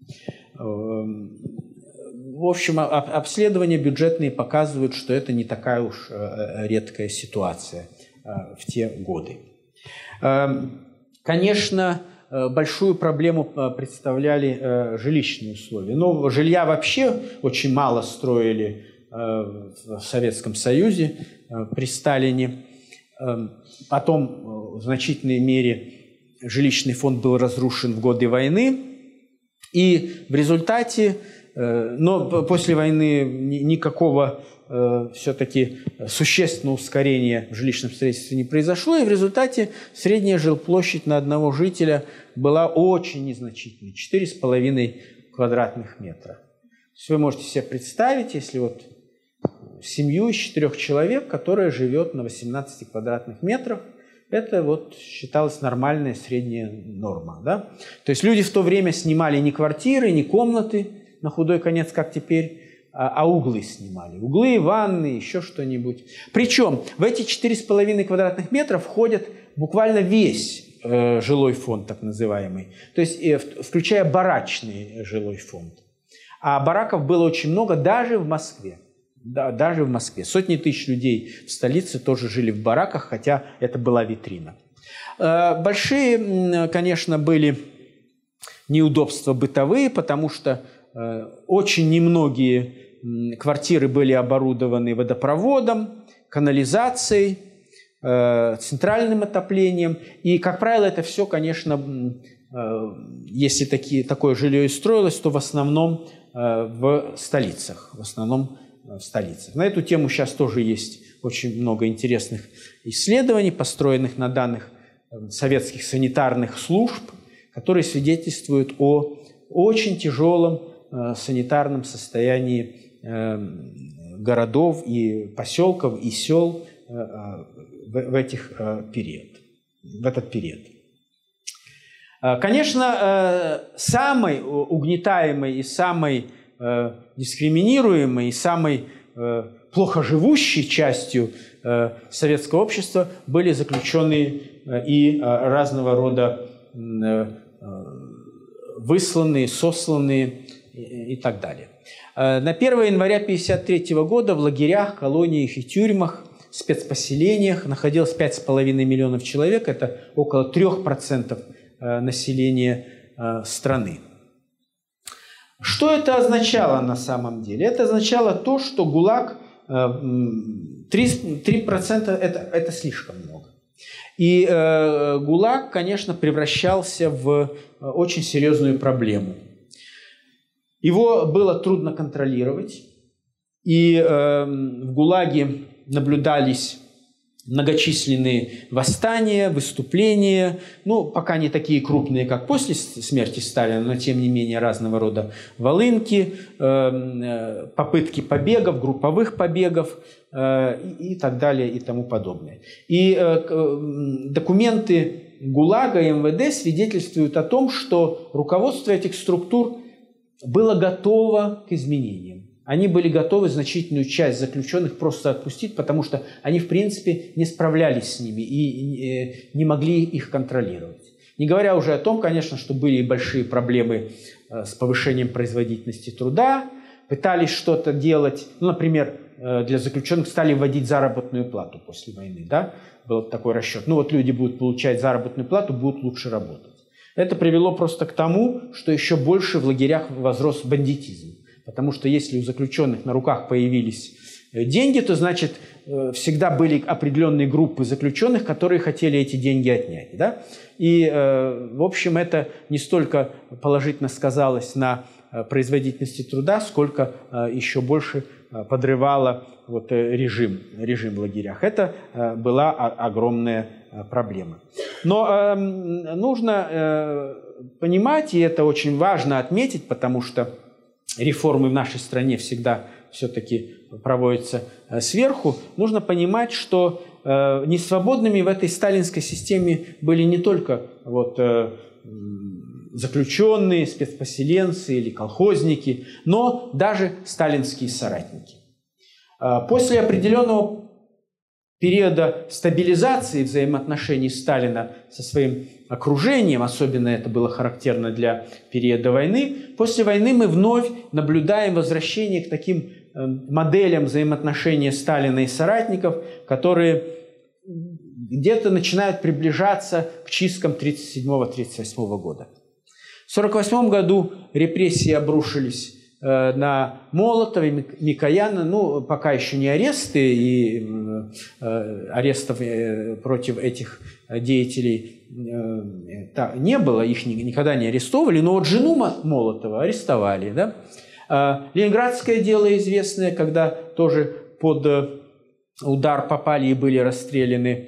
В общем, обследования бюджетные показывают, что это не такая уж редкая ситуация в те годы. Конечно, большую проблему представляли жилищные условия. Но жилья вообще очень мало строили в Советском Союзе при Сталине. Потом в значительной мере жилищный фонд был разрушен в годы войны. И в результате, но после войны никакого все-таки существенного ускорения в жилищном строительстве не произошло, и в результате средняя жилплощадь на одного жителя была очень незначительной – 4,5 квадратных метра. То есть вы можете себе представить, если вот семью из 4 человек, которая живет на 18 квадратных метрах, это вот считалось нормальная средняя норма. Да? То есть люди в то время снимали не квартиры, не комнаты, на худой конец, как теперь, а углы снимали. Углы, ванны, еще что-нибудь. Причем в эти 4,5 квадратных метра входит буквально весь жилой фонд, так называемый. То есть включая барачный жилой фонд. А бараков было очень много даже в Москве. Да, даже в Москве. Сотни тысяч людей в столице тоже жили в бараках, хотя это была витрина. Большие, конечно, были неудобства бытовые, потому что очень немногие квартиры были оборудованы водопроводом, канализацией, центральным отоплением. И, как правило, это все, конечно, если такое жилье и строилось, то в основном в столицах. На эту тему сейчас тоже есть очень много интересных исследований, построенных на данных советских санитарных служб, которые свидетельствуют о очень тяжелом санитарном состоянии городов и поселков и сел в этот период. Конечно, самой угнетаемой и самой дискриминируемой и самой плохо живущей частью советского общества были заключенные и разного рода высланные, сосланные и так далее. На 1 января 1953 года в лагерях, колониях и тюрьмах, спецпоселениях находилось 5,5 миллионов человек, это около 3% населения страны. Что это означало на самом деле? Это означало то, что ГУЛАГ 3% это слишком много. И ГУЛАГ, конечно, превращался в очень серьезную проблему. Его было трудно контролировать, и в ГУЛАГе наблюдались многочисленные восстания, выступления, ну, пока не такие крупные, как после смерти Сталина, но тем не менее разного рода волынки, попытки побегов, групповых побегов и так далее и тому подобное. И документы ГУЛАГа и МВД свидетельствуют о том, что руководство этих структур было готово к изменениям. Они были готовы значительную часть заключенных просто отпустить, потому что они, в принципе, не справлялись с ними и не могли их контролировать. Не говоря уже о том, конечно, что были большие проблемы с повышением производительности труда, пытались что-то делать, ну, например, для заключенных стали вводить заработную плату после войны, да, был такой расчет. Ну вот люди будут получать заработную плату, будут лучше работать. Это привело просто к тому, что еще больше в лагерях возрос бандитизм. Потому что если у заключенных на руках появились деньги, то, значит, всегда были определенные группы заключенных, которые хотели эти деньги отнять. Да? И, в общем, это не столько положительно сказалось на производительности труда, сколько еще больше подрывало вот режим в лагерях. Это была огромная проблема. Но нужно понимать, и это очень важно отметить, потому что реформы в нашей стране всегда все-таки проводятся сверху, нужно понимать, что несвободными в этой сталинской системе были не только вот, заключенные, спецпоселенцы или колхозники, но даже сталинские соратники. После определенного периода стабилизации взаимоотношений Сталина со своим окружением, особенно это было характерно для периода войны, после войны мы вновь наблюдаем возвращение к таким моделям взаимоотношения Сталина и соратников, которые где-то начинают приближаться к чисткам 1937-1938 года. В 1948 году репрессии обрушились на Молотова и Микояна, ну, пока еще не аресты, и арестов против этих деятелей не было, их никогда не арестовывали, но вот жену Молотова арестовали. Да? Ленинградское дело известное, когда тоже под удар попали и были расстреляны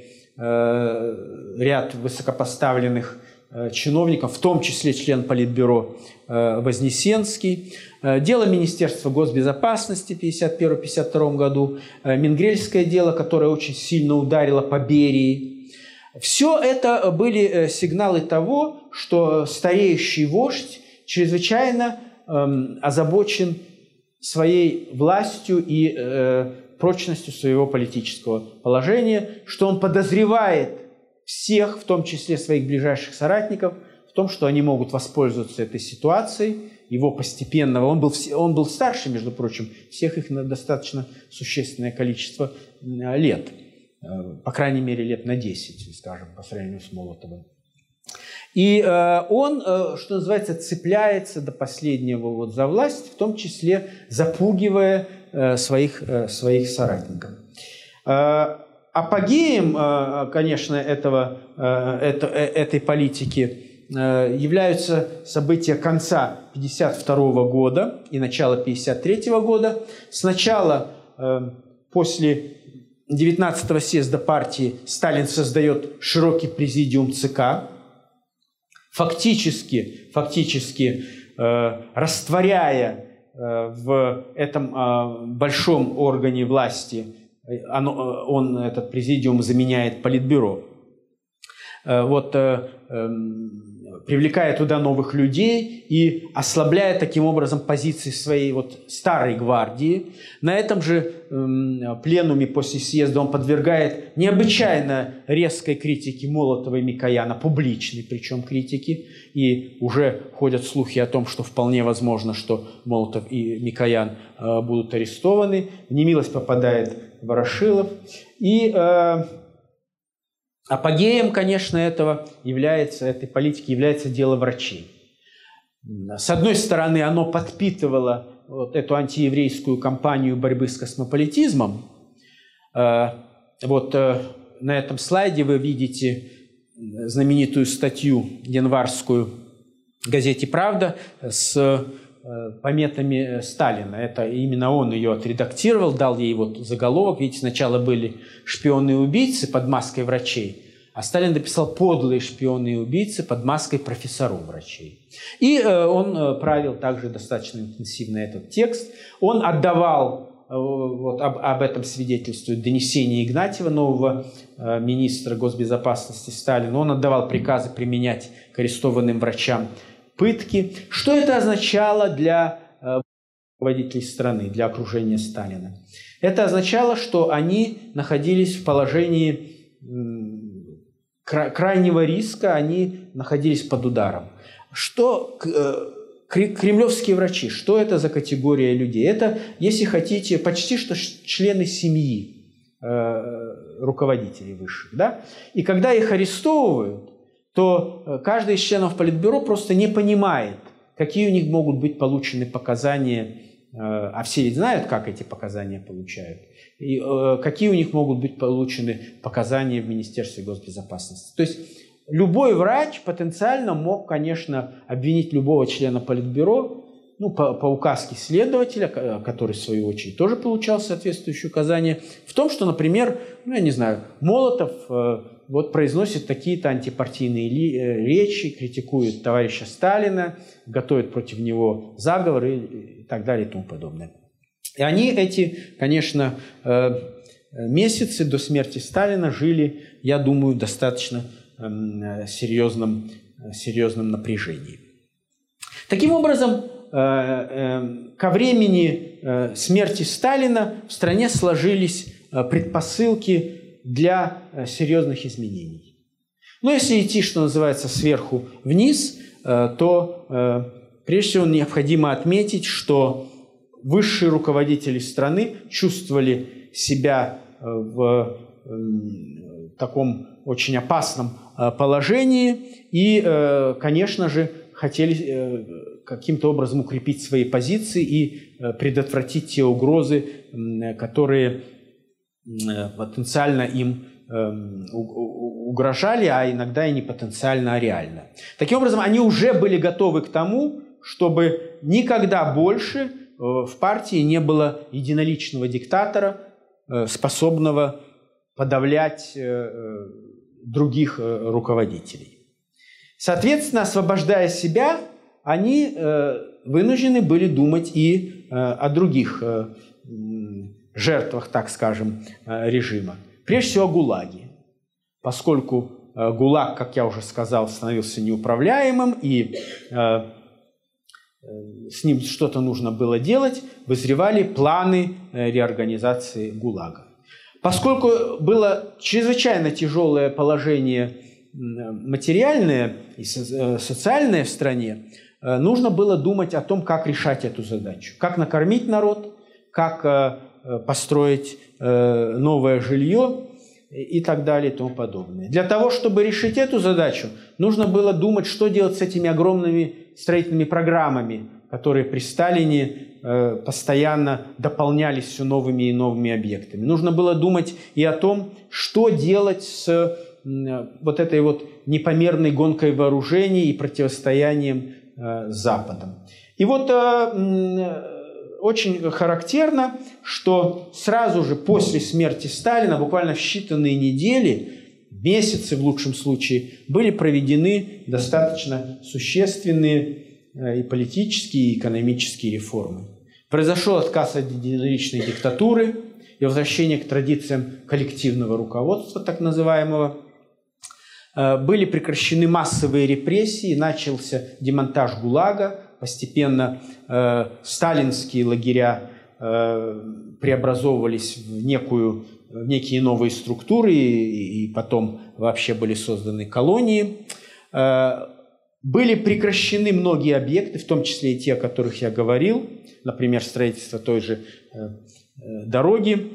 ряд высокопоставленных чиновников, в том числе член Политбюро Вознесенский. Дело Министерства госбезопасности в 1951-1952 году, Менгрельское дело, которое очень сильно ударило по Берии. Все это были сигналы того, что стареющий вождь чрезвычайно озабочен своей властью и прочностью своего политического положения, что он подозревает всех, в том числе своих ближайших соратников, в том, что они могут воспользоваться этой ситуацией, его постепенного. Он был старше, между прочим, всех их на достаточно существенное количество лет. По крайней мере, лет на 10, скажем, по сравнению с Молотовым. И он, что называется, цепляется до последнего вот за власть, в том числе запугивая своих соратников. Апогеем, конечно, этой политики являются события конца 1952 года и начала 1953 года. Сначала, после 19-го съезда партии, Сталин создает широкий президиум ЦК, фактически растворяя в этом большом органе власти, этот президиум заменяет Политбюро. Привлекая туда новых людей и ослабляя таким образом позиции своей старой гвардии. На этом же пленуме после съезда он подвергает необычайно резкой критике Молотова и Микояна, публичной причем критики, и уже ходят слухи о том, что вполне возможно, что Молотов и Микоян будут арестованы. В немилость попадает Ворошилов. И апогеем, конечно, этой политики является дело врачей. С одной стороны, оно подпитывало эту антиеврейскую кампанию борьбы с космополитизмом. На этом слайде вы видите знаменитую статью январскую в газете «Правда» с пометами Сталина. Это именно он ее отредактировал, дал ей заголовок. Видите, сначала были шпионы и убийцы под маской врачей, а Сталин написал подлые шпионы и убийцы под маской профессоров врачей. И он правил также достаточно интенсивно этот текст. Он отдавал, об этом свидетельствует донесение Игнатьева, нового министра госбезопасности Сталина. Он отдавал приказы применять к арестованным врачам пытки. Что это означало для руководителей страны, для окружения Сталина? Это означало, что они находились в положении крайнего риска, они находились под ударом. Что кремлевские врачи, что это за категория людей? Это, если хотите, почти что члены семьи руководителей высших. Да? И когда их арестовывают, то каждый из членов Политбюро просто не понимает, какие у них могут быть получены показания, а все ведь знают, как эти показания получают, и какие у них могут быть получены показания в Министерстве госбезопасности. То есть любой врач потенциально мог, конечно, обвинить любого члена Политбюро, ну, по указке следователя, который, в свою очередь, тоже получал соответствующие указания, в том, что, например, ну, я не знаю, Молотов вот произносит такие-то антипартийные речи, критикует товарища Сталина, готовит против него заговоры и так далее и тому подобное. И они эти, конечно, месяцы до смерти Сталина жили, я думаю, в достаточно серьезном напряжении. Таким образом, ко времени смерти Сталина в стране сложились предпосылки для серьезных изменений. Но если идти, что называется, сверху вниз, то прежде всего необходимо отметить, что высшие руководители страны чувствовали себя в таком очень опасном положении и, конечно же, хотели каким-то образом укрепить свои позиции и предотвратить те угрозы, которые потенциально им угрожали, а иногда и не потенциально, а реально. Таким образом, они уже были готовы к тому, чтобы никогда больше в партии не было единоличного диктатора, способного подавлять других руководителей. Соответственно, освобождая себя, они вынуждены были думать и о других жертвах, так скажем, режима. Прежде всего о ГУЛАГе, поскольку ГУЛАГ, как я уже сказал, становился неуправляемым, и с ним что-то нужно было делать, вызревали планы реорганизации ГУЛАГа. Поскольку было чрезвычайно тяжелое положение материальное и социальное в стране, нужно было думать о том, как решать эту задачу. Как накормить народ, как построить новое жилье и так далее и тому подобное. Для того, чтобы решить эту задачу, нужно было думать, что делать с этими огромными строительными программами, которые при Сталине постоянно дополнялись все новыми и новыми объектами. Нужно было думать и о том, что делать с вот этой вот непомерной гонкой вооружений и противостоянием с Западом. И вот очень характерно, что сразу же после смерти Сталина, буквально в считанные недели, месяцы в лучшем случае, были проведены достаточно существенные и политические, и экономические реформы. Произошел отказ от единоличной диктатуры и возвращение к традициям коллективного руководства, так называемого. Были прекращены массовые репрессии, начался демонтаж ГУЛАГа, постепенно сталинские лагеря преобразовывались в некие новые структуры, и потом вообще были созданы колонии. Были прекращены многие объекты, в том числе и те, о которых я говорил, например, строительство той же дороги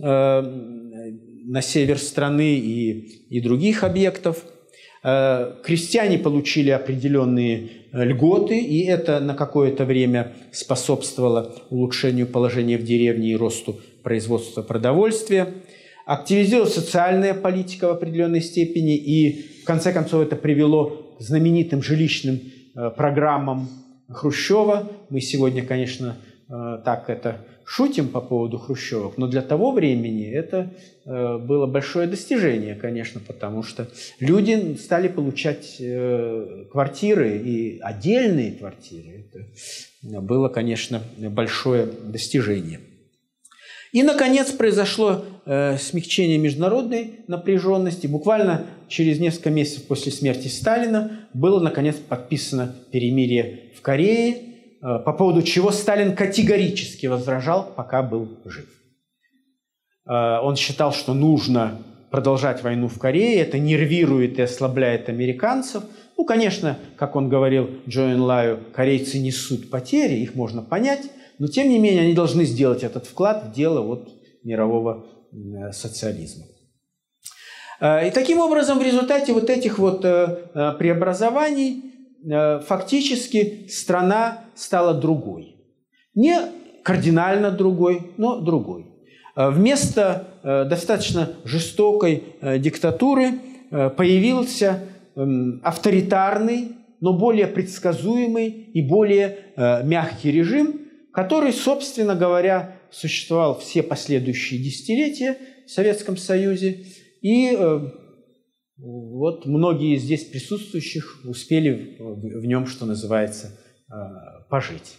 на север страны и других объектов. Крестьяне получили определенные льготы, и это на какое-то время способствовало улучшению положения в деревне и росту производства продовольствия. Активизировалась социальная политика в определенной степени, и в конце концов это привело к знаменитым жилищным программам Хрущева. Мы сегодня, конечно, так это шутим по поводу хрущевок, но для того времени это было большое достижение, конечно, потому что люди стали получать квартиры, и отдельные квартиры. Это было, конечно, большое достижение. И, наконец, произошло смягчение международной напряженности. Буквально через несколько месяцев после смерти Сталина было, наконец, подписано перемирие в Корее, по поводу чего Сталин категорически возражал, пока был жив. Он считал, что нужно продолжать войну в Корее. Это нервирует и ослабляет американцев. Ну, конечно, как он говорил Чжоу Энлаю, корейцы несут потери, их можно понять, но тем не менее они должны сделать этот вклад в дело вот мирового социализма. И таким образом в результате вот этих вот преобразований фактически страна стала другой. Не кардинально другой, но другой. Вместо достаточно жестокой диктатуры появился авторитарный, но более предсказуемый и более мягкий режим, который, собственно говоря, существовал все последующие десятилетия в Советском Союзе. И вот многие из здесь присутствующих успели в нем, что называется, пожить.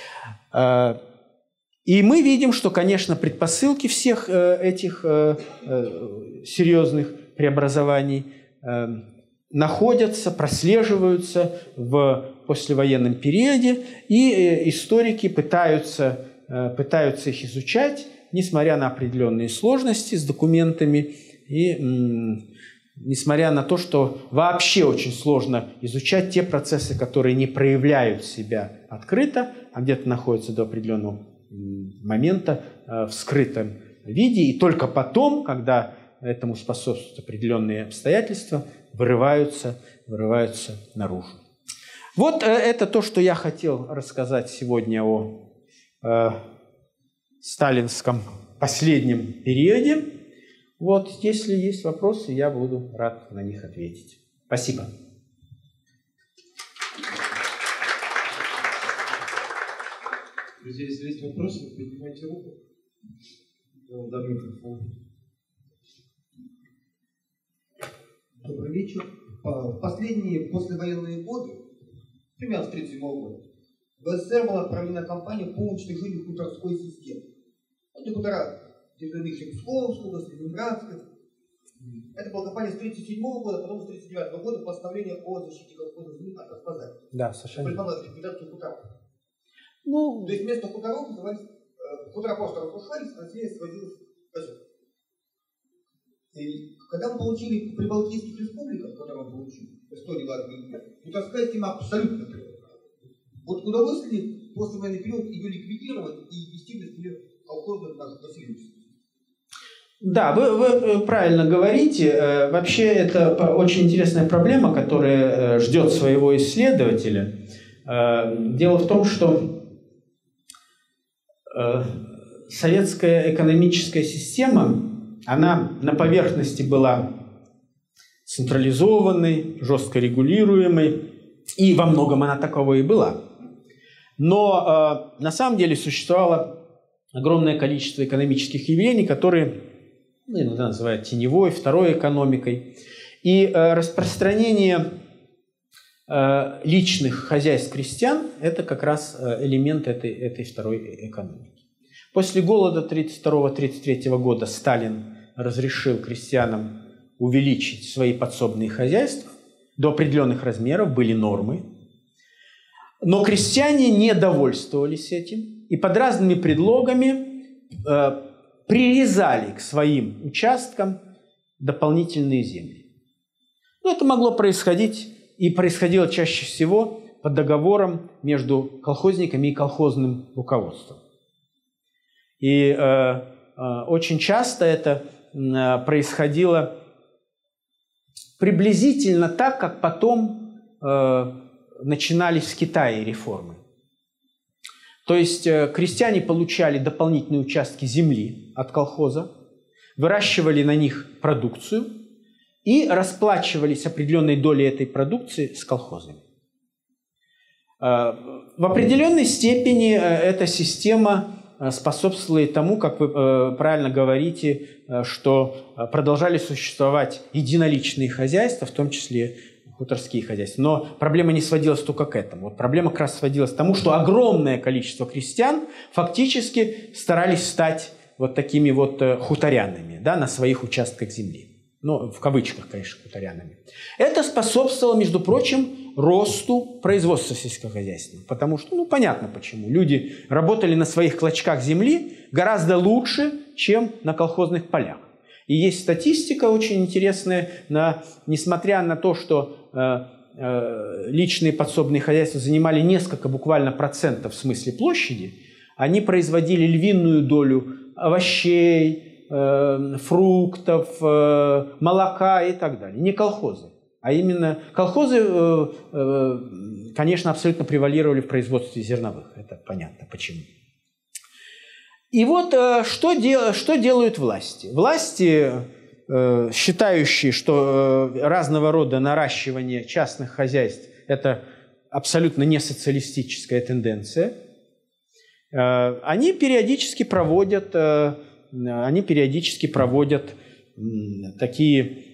И мы видим, что, конечно, предпосылки всех этих серьезных преобразований находятся, прослеживаются в послевоенном периоде, и историки пытаются их изучать, несмотря на определенные сложности с документами и несмотря на то, что вообще очень сложно изучать те процессы, которые не проявляют себя открыто, а где-то находятся до определенного момента в скрытом виде, и только потом, когда этому способствуют определенные обстоятельства, вырываются наружу. Вот это то, что я хотел рассказать сегодня о сталинском последнем периоде. Вот, если есть вопросы, я буду рад на них ответить. Спасибо. Друзья, если есть вопросы, поднимайте руку. Я вам дам микрофон. Добрый вечер. В последние послевоенные годы, примерно с 1937 года, в СССР была проведена кампания по уничтожению хуторской системы. Это хутора территории Псковской области, Ленинградской. Это была кампания с 1937 года, потом с 1939 года постановление о защите колхозных земель от распродажи. Да, совершенно. Предполагалось ликвидацию хуторов. Ну, то есть вместо хуторов назывались хутора просто разрушались, а население сводилось в поселок. И когда мы получили в прибалтийских республиках, которые мы получили, Эстонии, Латвии, хуторская система абсолютно превратилась. Вот удалось ли после военный период ее ликвидировать и ввести в нее колхозных поселенчеств? Да, вы правильно говорите. Вообще это очень интересная проблема, которая ждет своего исследователя. Дело в том, что советская экономическая система, она на поверхности была централизованной, жестко регулируемой, и во многом она таковой и была. Но на самом деле существовало огромное количество экономических явлений, которые иногда называют теневой, второй экономикой. И распространение личных хозяйств крестьян – это как раз элемент этой второй экономики. После голода 1932-1933 года Сталин разрешил крестьянам увеличить свои подсобные хозяйства до определенных размеров, были нормы. Но крестьяне не довольствовались этим и под разными предлогами прирезали к своим участкам дополнительные земли. Но это могло происходить и происходило чаще всего по договорам между колхозниками и колхозным руководством. И очень часто это происходило приблизительно так, как потом начинались в Китае реформы. То есть крестьяне получали дополнительные участки земли от колхоза, выращивали на них продукцию и расплачивались определенной долей этой продукции с колхозами. В определенной степени эта система способствовала тому, как вы правильно говорите, что продолжали существовать единоличные хозяйства, в том числе хуторские хозяйства. Но проблема не сводилась только к этому. Вот проблема как раз сводилась к тому, что огромное количество крестьян фактически старались стать вот такими вот хуторянами, да, на своих участках земли. Ну, в кавычках, конечно, хуторянами. Это способствовало, между прочим, росту производства сельскохозяйственного. Потому что, ну, понятно почему. Люди работали на своих клочках земли гораздо лучше, чем на колхозных полях. И есть статистика очень интересная, несмотря на то, что личные подсобные хозяйства занимали несколько буквально процентов в смысле площади, они производили львиную долю овощей, фруктов, молока и так далее. Не колхозы, а именно колхозы, конечно, абсолютно превалировали в производстве зерновых. Это понятно почему. И вот что делают власти? Власти, считающие, что разного рода наращивание частных хозяйств – это абсолютно не социалистическая тенденция, они периодически проводят такие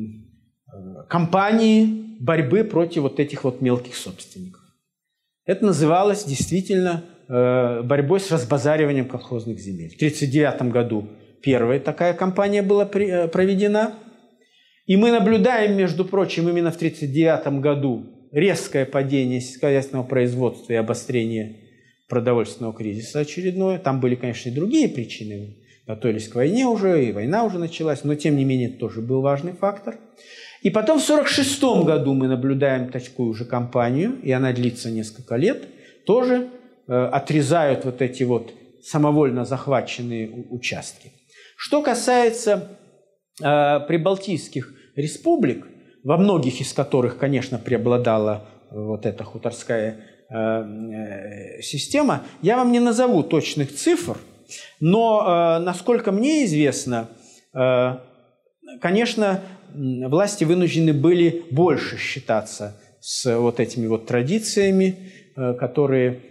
кампании борьбы против вот этих вот мелких собственников. Это называлось действительно борьбой с разбазариванием колхозных земель. В 1939 году первая такая кампания была проведена. И мы наблюдаем, между прочим, именно в 1939 году резкое падение сельскохозяйственного производства и обострение продовольственного кризиса очередное. Там были, конечно, и другие причины. Готовились к войне уже, и война уже началась, но, тем не менее, это тоже был важный фактор. И потом в 1946 году мы наблюдаем такую же кампанию, и она длится несколько лет, тоже отрезают вот эти вот самовольно захваченные участки. Что касается прибалтийских республик, во многих из которых, конечно, преобладала вот эта хуторская система, я вам не назову точных цифр, но, насколько мне известно, конечно, власти вынуждены были больше считаться с вот этими вот традициями, которые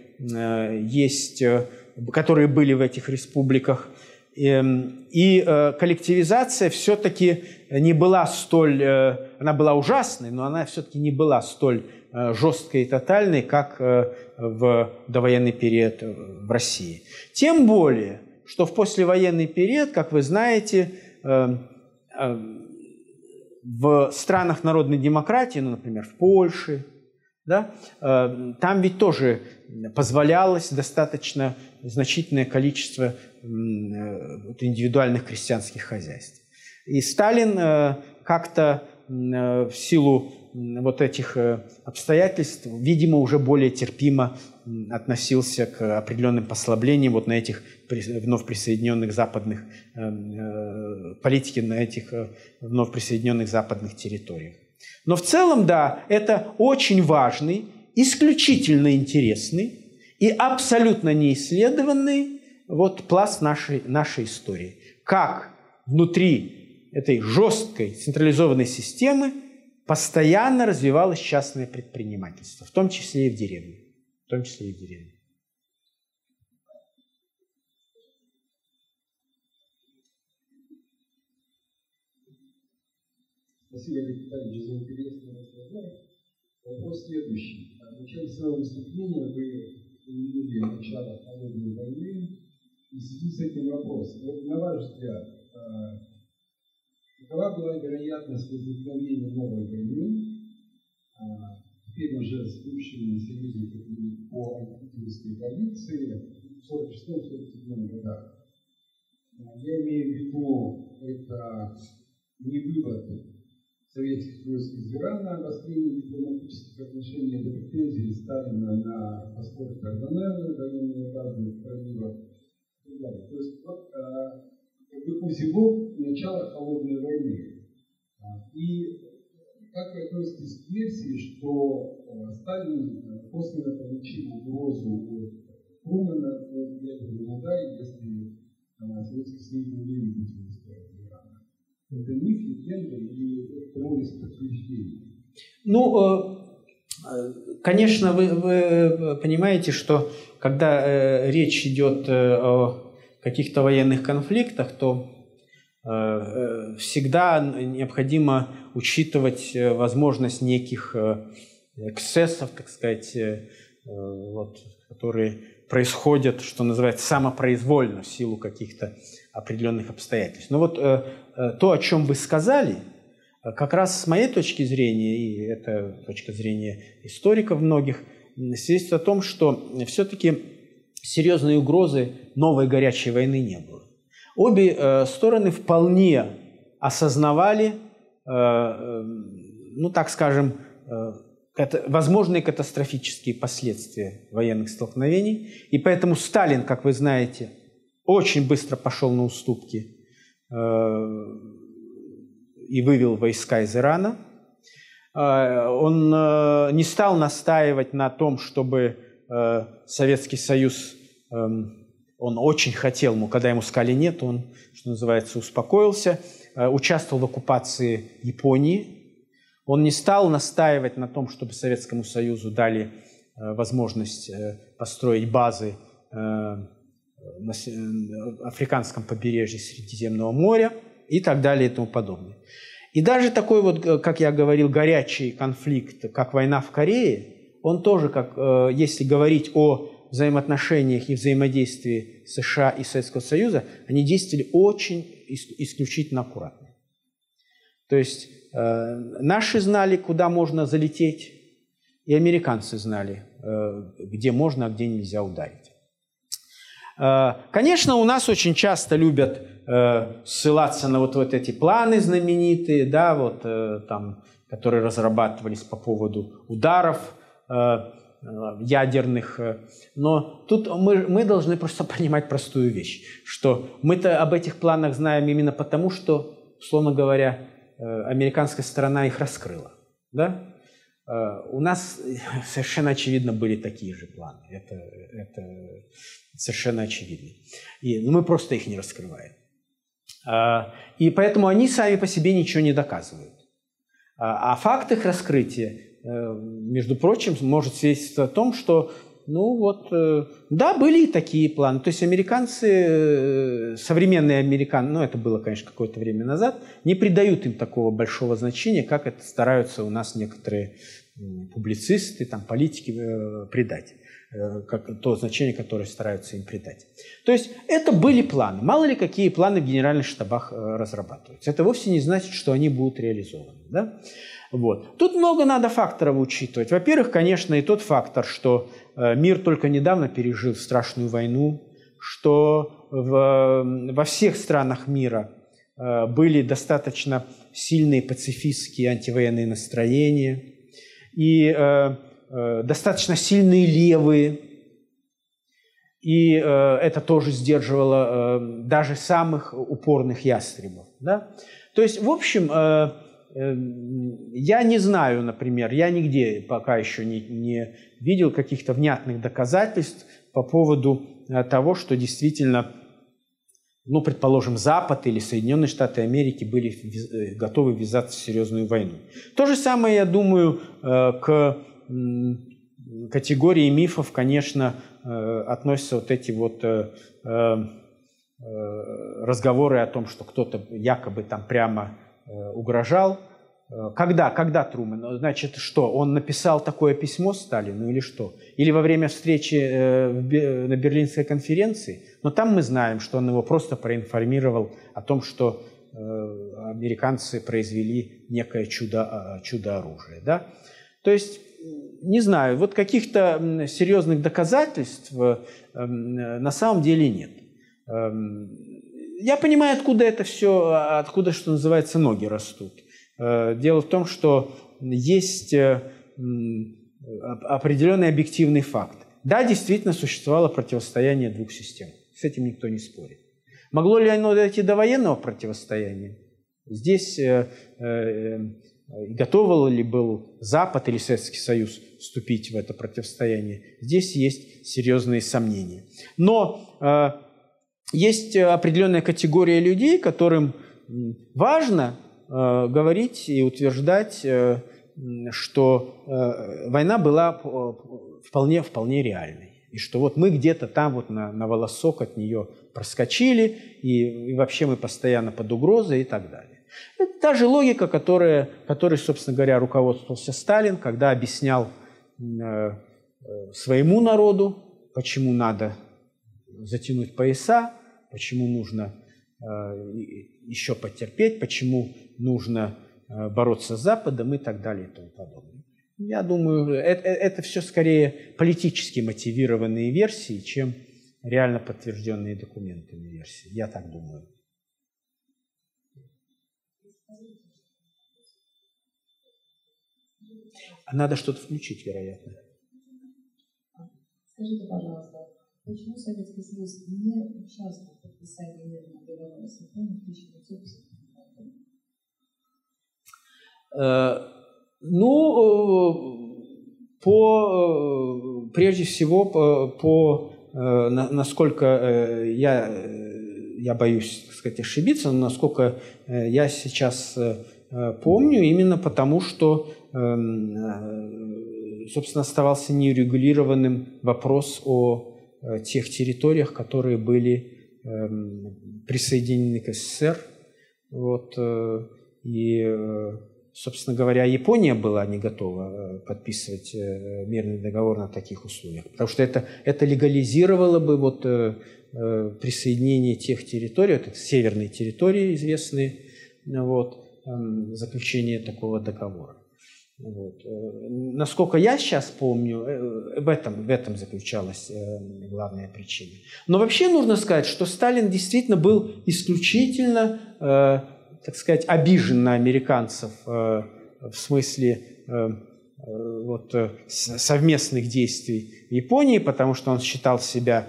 были в этих республиках. И коллективизация все-таки не была столь... Она была ужасной, но она все-таки не была столь жесткой и тотальной, как в довоенный период в России. Тем более, что в послевоенный период, как вы знаете, в странах народной демократии, ну, например, в Польше, да, там ведь тоже позволялось достаточно значительное количество индивидуальных крестьянских хозяйств. И Сталин как-то в силу вот этих обстоятельств, видимо, уже более терпимо относился к определенным послаблениям вот на этих вновь присоединенных западных политике на этих вновь присоединенных западных территориях. Но в целом, да, это очень важный, исключительно интересный и абсолютно неисследованный вот пласт нашей истории. Как внутри этой жесткой централизованной системы постоянно развивалось частное предпринимательство, в том числе и в деревне. Спасибо, Олег Витальевич, за интересный разговор. Вопрос следующий. В начале своего выступления вы упомянули начало холодной войны. И в связи с этим вопрос. Вот, на ваш взгляд, какова была вероятность возникновения новой войны, теперь уже с бывшими союзниками по антигитлеровской коалиции в 1946-1947 годах? Я имею в виду, это не вывод советских войск из Ирана, обострение дипломатических отношений, это претензии Сталина на постройку Дарданеллы, военные базы проливов и так далее. То есть вот, узелок начала холодной войны. И как вы относитесь к версии, что Сталин косвенно получил угрозу от Трумэна от ядерного удара, если Советский Союз не увеличит Ирана? Это миф, легенда или теория подтверждения? Ну, конечно, вы понимаете, что когда речь идет о каких-то военных конфликтах, то всегда необходимо учитывать возможность неких эксцессов, так сказать, вот, которые происходят, что называется, самопроизвольно в силу каких-то определенных обстоятельств. Но вот то, о чем вы сказали, как раз с моей точки зрения, и это точка зрения историков многих, свидетельствует о том, что все-таки серьезной угрозы новой горячей войны не было. Обе стороны вполне осознавали, ну так скажем, возможные катастрофические последствия военных столкновений. И поэтому Сталин, как вы знаете, очень быстро пошел на уступки и вывел войска из Ирана. Он не стал настаивать на том, чтобы Советский Союз, он очень хотел, но когда ему сказали нет, он, что называется, успокоился, участвовал в оккупации Японии. Он не стал настаивать на том, чтобы Советскому Союзу дали возможность построить базы на африканском побережье Средиземного моря и так далее и тому подобное. И даже такой вот, как я говорил, горячий конфликт, как война в Корее, он тоже, как, если говорить о взаимоотношениях и взаимодействии США и Советского Союза, они действовали очень исключительно аккуратно. То есть наши знали, куда можно залететь, и американцы знали, где можно, а где нельзя ударить. Конечно, у нас очень часто любят ссылаться на вот эти планы знаменитые, да, вот, там, которые разрабатывались по поводу ударов ядерных. Но тут мы должны просто понимать простую вещь, что мы-то об этих планах знаем именно потому, что, условно говоря, американская сторона их раскрыла. Да? У нас совершенно очевидно были такие же планы. Это совершенно очевидно. Но мы просто их не раскрываем. И поэтому они сами по себе ничего не доказывают. А факт их раскрытия, между прочим, может свидетельствовать о том, что, ну вот, да, были и такие планы. То есть американцы, современные американцы, ну это было, конечно, какое-то время назад, не придают им такого большого значения, как это стараются у нас некоторые публицисты, там, политики придать. Как то значение, которое стараются им придать. То есть это были планы. Мало ли какие планы в генеральных штабах разрабатываются. Это вовсе не значит, что они будут реализованы. Да? Вот. Тут много надо факторов учитывать. Во-первых, конечно, и тот фактор, что мир только недавно пережил страшную войну, что во всех странах мира были достаточно сильные пацифистские антивоенные настроения, и достаточно сильные левые, и это тоже сдерживало даже самых упорных ястребов. Да? То есть, в общем, я не знаю, например, я нигде пока еще не видел каких-то внятных доказательств по поводу того, что действительно, ну, предположим, Запад или Соединенные Штаты Америки были готовы ввязаться в серьезную войну. То же самое, я думаю, к категории мифов, конечно, относятся вот эти вот разговоры о том, что кто-то якобы там прямо угрожал. Когда Трумэн? Значит, что, он написал такое письмо Сталину или что? Или во время встречи на Берлинской конференции? Но там мы знаем, что он его просто проинформировал о том, что американцы произвели некое чудо-оружие. Да? То есть, не знаю, вот каких-то серьезных доказательств на самом деле нет. Я понимаю, откуда это все, откуда, что называется, ноги растут. Дело в том, что есть определенный объективный факт. Да, действительно существовало противостояние двух систем. С этим никто не спорит. Могло ли оно дойти до военного противостояния? Здесь готов ли был Запад или Советский Союз вступить в это противостояние? Здесь есть серьезные сомнения. Но есть определенная категория людей, которым важно говорить и утверждать, что война была вполне реальной. И что вот мы где-то там вот на волосок от нее проскочили, и вообще мы постоянно под угрозой и так далее. Это та же логика, которой, собственно говоря, руководствовался Сталин, когда объяснял своему народу, почему надо затянуть пояса, почему нужно еще потерпеть, почему нужно бороться с Западом и так далее и тому подобное. Я думаю, это все скорее политически мотивированные версии, чем реально подтвержденные документами версии. Я так думаю. Надо что-то включить, вероятно. Скажите, пожалуйста, почему Советский Союз не участвовал в подписании мирного договора с Японией в 1950 году? Прежде всего, насколько я боюсь, так сказать, ошибиться, но насколько я сейчас помню, именно потому, что, собственно, оставался неурегулированным вопрос о тех территориях, которые были присоединены к СССР. Вот, и, собственно говоря, Япония была не готова подписывать мирный договор на таких условиях, потому что это легализировало бы вот присоединение тех территорий, это северные территории известные, вот, заключение такого договора. Вот. Насколько я сейчас помню, в этом заключалась главная причина. Но вообще нужно сказать, что Сталин действительно был исключительно, так сказать, обижен на американцев в смысле вот, совместных действий в Японии, потому что он считал себя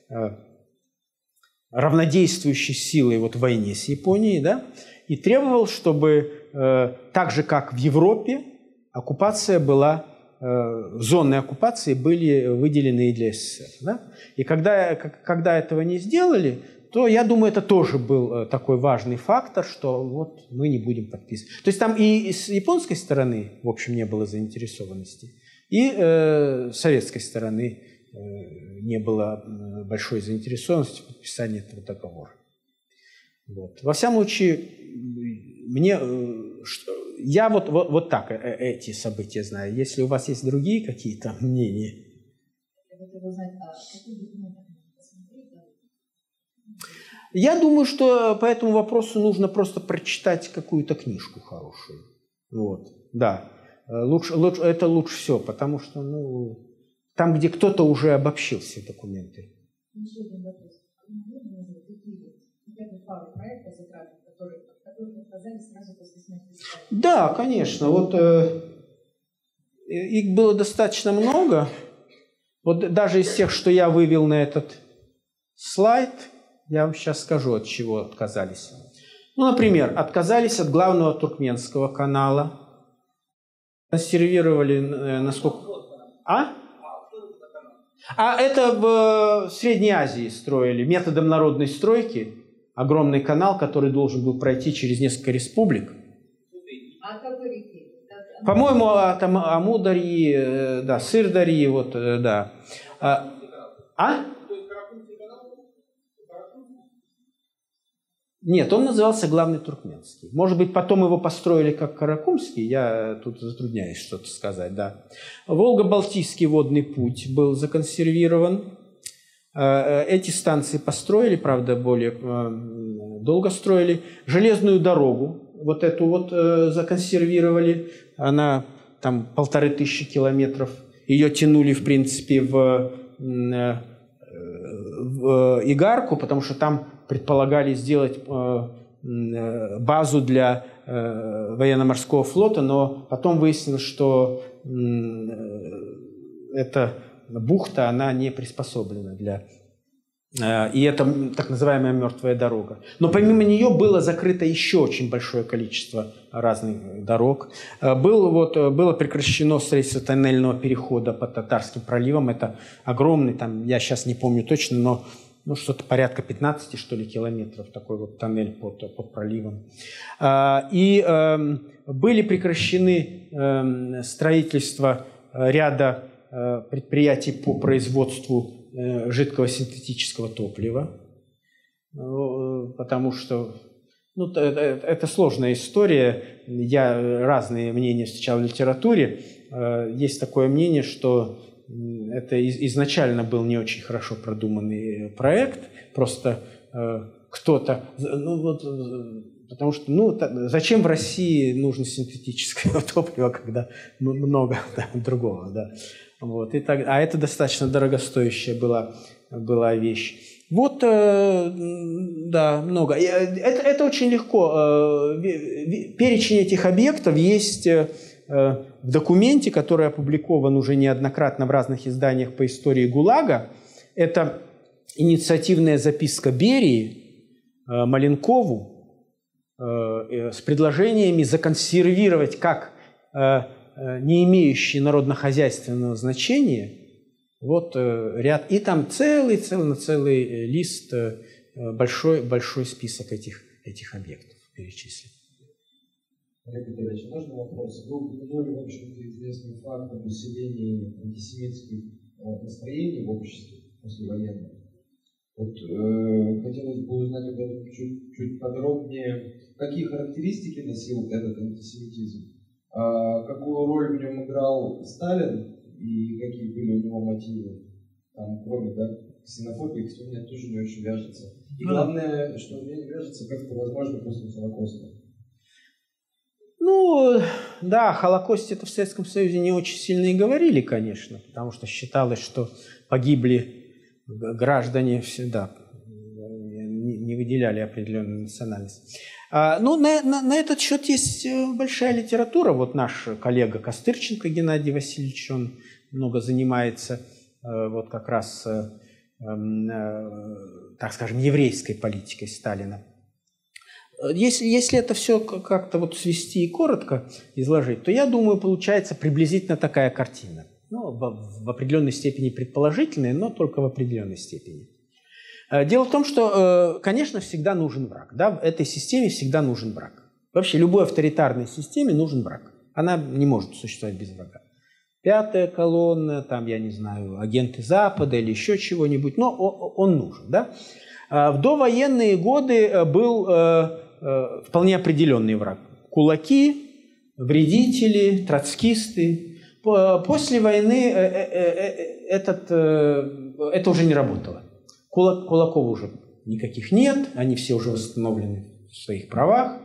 равнодействующей силой вот в войне с Японией, да, и требовал, чтобы так же, как в Европе, оккупация была, зоны оккупации были выделены и для СССР. Да? И когда этого не сделали, то, я думаю, это тоже был такой важный фактор, что вот мы не будем подписывать. То есть там и с японской стороны, в общем, не было заинтересованности, и с советской стороны не было большой заинтересованности в подписании этого договора. Вот. Во всяком случае, я вот так эти события знаю. Если у вас есть другие какие-то мнения. Я думаю, что по этому вопросу нужно просто прочитать какую-то книжку хорошую. Вот. Да. Это лучше всего, потому что там, где кто-то уже обобщил все документы. Еще один вопрос. Пару проектов затратных, которые отказались сразу после смерти Сталина. Да, конечно. Вот их было достаточно много. Вот даже из тех, что я вывел на этот слайд, я вам сейчас скажу, от чего отказались. Например, отказались от главного туркменского канала. Консервировали, насколько... Это в Средней Азии строили методом народной стройки. Огромный канал, который должен был пройти через несколько республик. А какой реки? По-моему, там Амударьи, да, Сырдарьи, вот, да. Нет, он назывался Главный Туркменский. Может быть, потом его построили как Каракумский, я тут затрудняюсь что-то сказать, да. Волго-Балтийский водный путь был законсервирован. Эти станции построили, правда, более долго строили. Железную дорогу, вот эту вот законсервировали. Она там 1500 километров. Ее тянули, в принципе, в Игарку, потому что там предполагали сделать базу для военно-морского флота, но потом выяснилось, что эта бухта, она не приспособлена для... И это так называемая мертвая дорога. Но помимо нее было закрыто еще очень большое количество разных дорог. Было прекращено строительство тоннельного перехода по Татарским проливам. Это огромный, там, я сейчас не помню точно, но что-то порядка 15, что ли, километров, такой вот тоннель под проливом. И были прекращены строительство ряда предприятий по производству жидкого синтетического топлива, потому что это сложная история. Я разные мнения встречал в литературе. Есть такое мнение, что это изначально был не очень хорошо продуманный проект, просто кто-то... Потому что, зачем в России нужно синтетическое топливо, когда много другого, да. Вот, а это достаточно дорогостоящая была вещь. Вот, да, много. Это очень легко. Перечень этих объектов есть в документе, который опубликован уже неоднократно в разных изданиях по истории ГУЛАГа. Это инициативная записка Берии Маленкову с предложениями законсервировать как не имеющие народно-хозяйственного значения вот ряд. И там целый лист, большой список этих объектов перечислен. Олег Витальевич, можно вопрос? Вы упомянули, в общем-то, известный факт об усилении антисемитских настроений в обществе послевоенном. Вот хотелось бы узнать об этом чуть подробнее. Какие характеристики носил этот антисемитизм? Какую роль в нем играл Сталин и какие были у него мотивы? Там, кроме ксенофобии, что у меня тоже не очень вяжется. И главное, что у меня не вяжется, как это возможно после Холокоста. Ну, да, о Холокосте-то в Советском Союзе не очень сильно и говорили, конечно, потому что считалось, что погибли граждане всегда, не выделяли определенную национальность. Ну, на этот счет есть большая литература. Вот наш коллега Костырченко Геннадий Васильевич, он много занимается вот как раз, так скажем, еврейской политикой Сталина. Если это все как-то вот свести и коротко изложить, то, я думаю, получается приблизительно такая картина. Ну, в определенной степени предположительная, но только в определенной степени. Дело в том, что, конечно, всегда нужен враг. Да? В этой системе всегда нужен враг. Вообще, любой авторитарной системе нужен враг. Она не может существовать без врага. Пятая колонна, там, я не знаю, агенты Запада или еще чего-нибудь, но он нужен. Да? В довоенные годы был вполне определенный враг. Кулаки, вредители, троцкисты. После войны это уже не работало. Кулаков уже никаких нет, они все уже восстановлены в своих правах.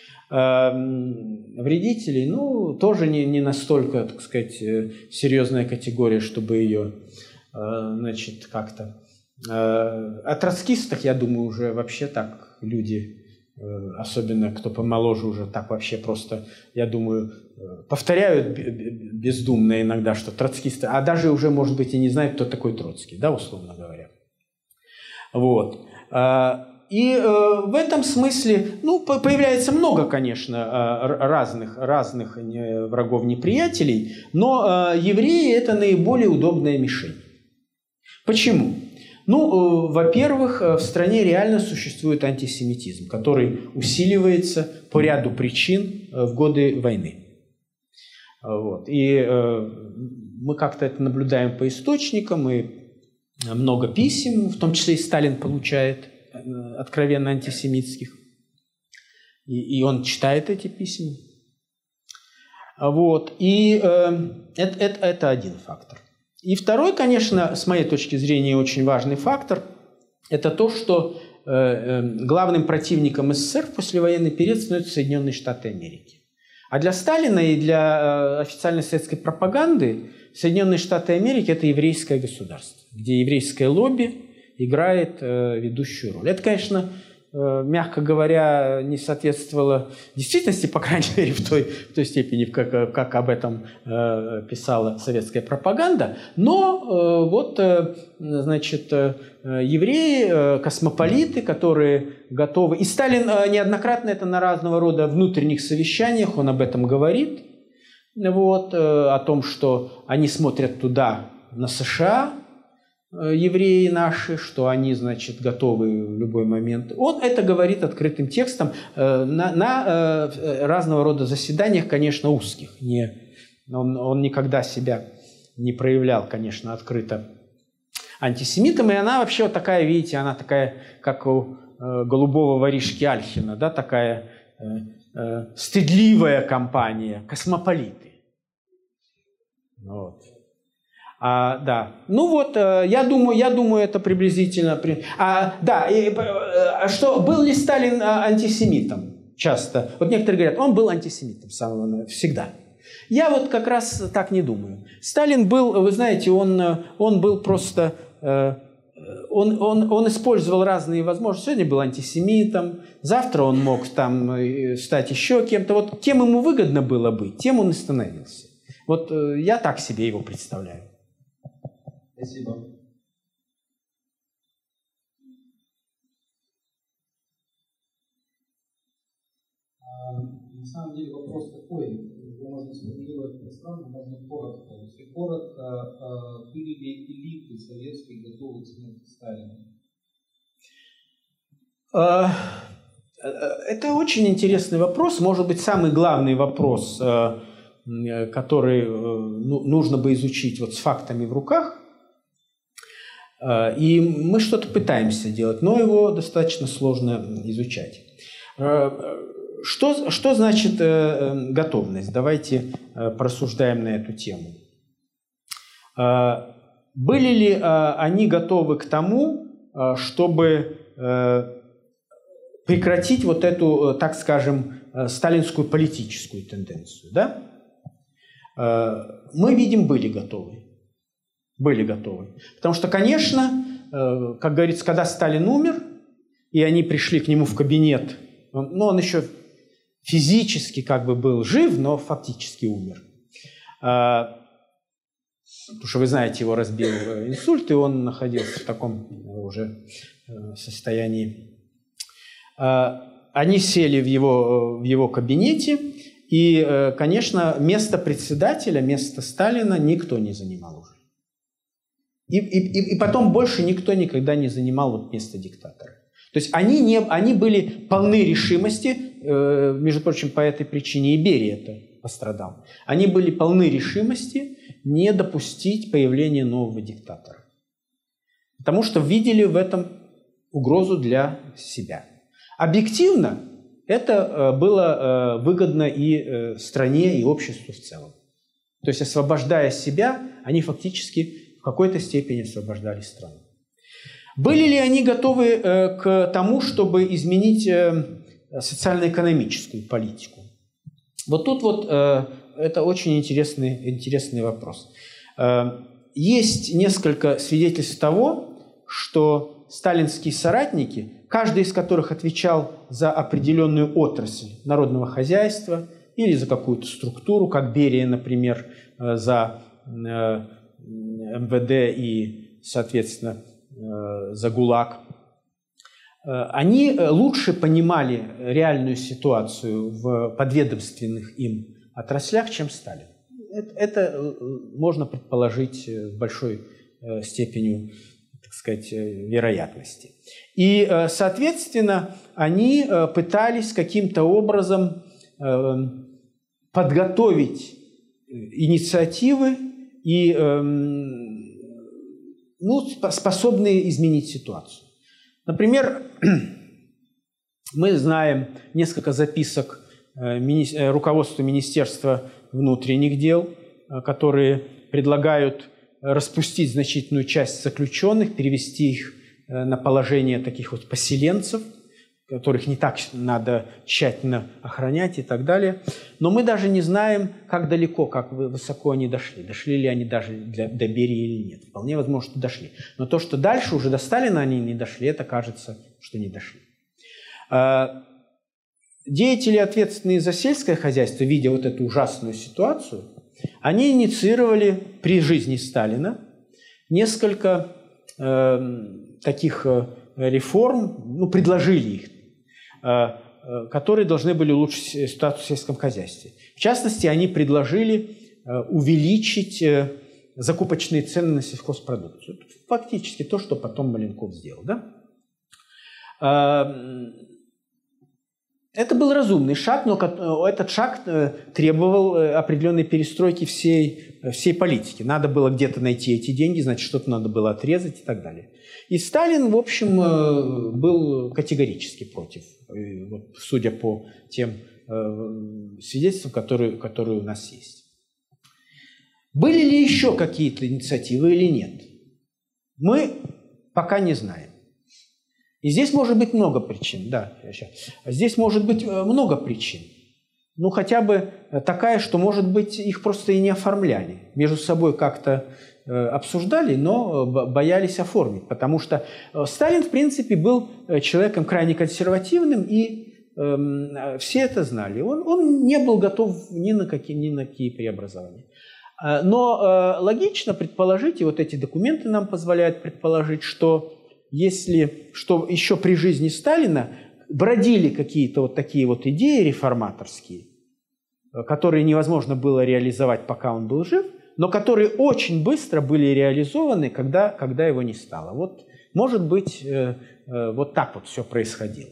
Вредителей, ну, тоже не настолько, так сказать, серьезная категория, чтобы ее, значит, как-то... О троцкистах, я думаю, уже вообще так люди, особенно кто помоложе, уже так вообще просто, я думаю, повторяют бездумно иногда, что троцкисты, а даже уже, может быть, и не знают, кто такой Троцкий, да, условно говоря. Вот. И в этом смысле, ну, появляется много, конечно, разных врагов-неприятелей, но евреи – это наиболее удобная мишень. Почему? Ну, во-первых, в стране реально существует антисемитизм, который усиливается по ряду причин в годы войны. Вот. И мы как-то это наблюдаем по источникам, и много писем, в том числе и Сталин получает откровенно антисемитских. И он читает эти письма. Вот. И это один фактор. И второй, конечно, с моей точки зрения, очень важный фактор – это то, что главным противником СССР в послевоенный период становятся Соединенные Штаты Америки. А для Сталина и для официальной советской пропаганды Соединенные Штаты Америки – это еврейское государство, где еврейское лобби играет ведущую роль. Это, конечно, мягко говоря, не соответствовало действительности, по крайней мере, в той степени, как об этом писала советская пропаганда. Но вот, значит, евреи, космополиты, которые готовы... И Сталин неоднократно это на разного рода внутренних совещаниях, он об этом говорит, вот, о том, что они смотрят туда, на США, евреи наши, что они, значит, готовы в любой момент. Он это говорит открытым текстом на разного рода заседаниях, конечно, узких. Он никогда себя не проявлял, конечно, открыто антисемитом. И она вообще вот такая, видите, она такая, как у голубого воришки Альхина, да, такая стыдливая компания, космополиты. Вот. Да. Ну вот, я думаю, это приблизительно... что был ли Сталин антисемитом? Часто. Вот некоторые говорят, он был антисемитом с самого всегда. Я вот как раз так не думаю. Сталин был, вы знаете, он был просто он использовал разные возможности. Сегодня был антисемитом, завтра он мог там стать еще кем-то. Вот кем ему выгодно было быть, тем он и становился. Вот я так себе его представляю. Спасибо. На самом деле вопрос такой, его можно сформулировать пространно, можно коротко. Если коротко, были ли элиты советские готовы к смерти Сталина? Это очень интересный вопрос, может быть, самый главный вопрос, который нужно бы изучить вот с фактами в руках. И мы что-то пытаемся делать, но его достаточно сложно изучать. Что значит готовность? Давайте порассуждаем на эту тему. Были ли они готовы к тому, чтобы прекратить вот эту, так скажем, сталинскую политическую тенденцию? Да? Мы видим, были готовы. Были готовы. Потому что, конечно, как говорится, когда Сталин умер, и они пришли к нему в кабинет, он еще физически как бы был жив, но фактически умер. Потому что, вы знаете, его разбил инсульт, и он находился в таком уже состоянии. Они сели в его кабинете, и, конечно, место председателя, место Сталина никто не занимал уже. И потом больше никто никогда не занимал вот место диктатора. То есть они были полны решимости, между прочим, по этой причине и Берия это пострадал. Они были полны решимости не допустить появления нового диктатора. Потому что видели в этом угрозу для себя. Объективно это было выгодно и стране, и обществу в целом. То есть, освобождая себя, они фактически в какой-то степени освобождали страну. Были ли они готовы к тому, чтобы изменить социально-экономическую политику? Вот тут вот это очень интересный вопрос. Есть несколько свидетельств того, что сталинские соратники, каждый из которых отвечал за определенную отрасль народного хозяйства или за какую-то структуру, как Берия, например, за МВД и, соответственно, за ГУЛАГ, они лучше понимали реальную ситуацию в подведомственных им отраслях, чем Сталин. Это можно предположить с большой степенью, так сказать, вероятности. И, соответственно, они пытались каким-то образом подготовить инициативы и способные изменить ситуацию. Например, мы знаем несколько записок руководства Министерства внутренних дел, которые предлагают распустить значительную часть заключенных, перевести их на положение таких вот поселенцев, которых не так надо тщательно охранять и так далее. Но мы даже не знаем, как далеко, как высоко они дошли. Дошли ли они даже до Берии или нет. Вполне возможно, что дошли. Но то, что дальше, уже до Сталина они не дошли, это кажется, что не дошли. Деятели, ответственные за сельское хозяйство, видя вот эту ужасную ситуацию, они инициировали при жизни Сталина несколько таких реформ, предложили их, которые должны были улучшить ситуацию в сельском хозяйстве. В частности, они предложили увеличить закупочные цены на сельхозпродукцию. Фактически то, что потом Маленков сделал. Да? Это был разумный шаг, но этот шаг требовал определенной перестройки всей политики. Надо было где-то найти эти деньги, значит, что-то надо было отрезать и так далее. И Сталин, в общем, был категорически против, вот, судя по тем свидетельствам, которые у нас есть. Были ли еще какие-то инициативы или нет? Мы пока не знаем. И здесь может быть много причин. Да, здесь может быть много причин. Хотя бы такая, что, может быть, их просто и не оформляли. Между собой как-то обсуждали, но боялись оформить, потому что Сталин, в принципе, был человеком крайне консервативным, и все это знали. Он не был готов ни на какие преобразования. Но логично предположить, и вот эти документы нам позволяют предположить, что что еще при жизни Сталина бродили какие-то вот такие вот идеи реформаторские, которые невозможно было реализовать, пока он был жив, но которые очень быстро были реализованы, когда его не стало. Вот, может быть, вот так вот все происходило.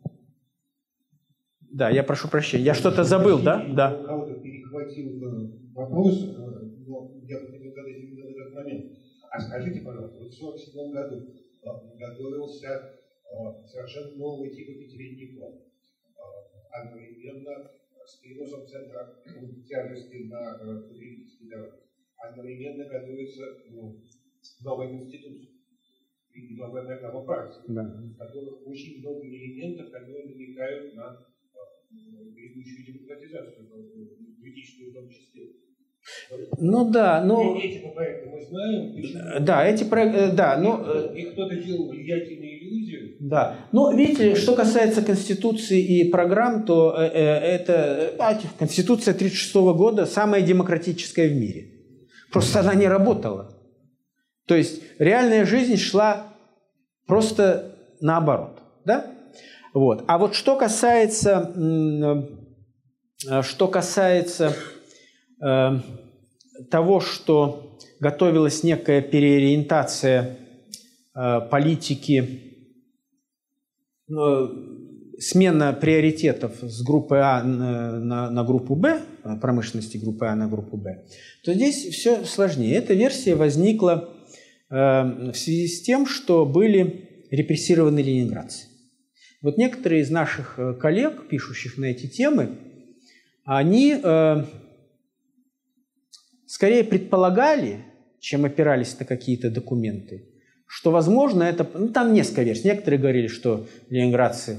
Да, я прошу прощения. Я что-то забыл, да? Да. Кого-то перехватил вопрос, но я хотел задать именно в этот момент. А скажите, пожалуйста, вот в 1947 году готовился совершенно нового типа пятилетний план. Одновременно с переносом центра тяжести на потребительские дороги. Одновременно готовится новая конституция и новая программа партии, в которых очень много элементов, которые намекают на грядущую демократизацию, политическую в том числе. Ну да, но... Эти проекты мы знаем, почему? Да, эти проекты, да, но... И кто-то делал влиятельные иллюзии. Да, но видите, что касается Конституции и программ, то Конституция 1936 года самая демократическая в мире. Просто она не работала. То есть реальная жизнь шла просто наоборот, да? Вот. А вот что касается того, что готовилась некая переориентация политики, смена приоритетов с группы А на группу Б, промышленности группы А на группу Б, то здесь все сложнее. Эта версия возникла в связи с тем, что были репрессированы ленинградцы. Вот некоторые из наших коллег, пишущих на эти темы, они скорее предполагали, чем опирались на какие-то документы, что, возможно, это... Ну, там несколько версий. Некоторые говорили, что ленинградцы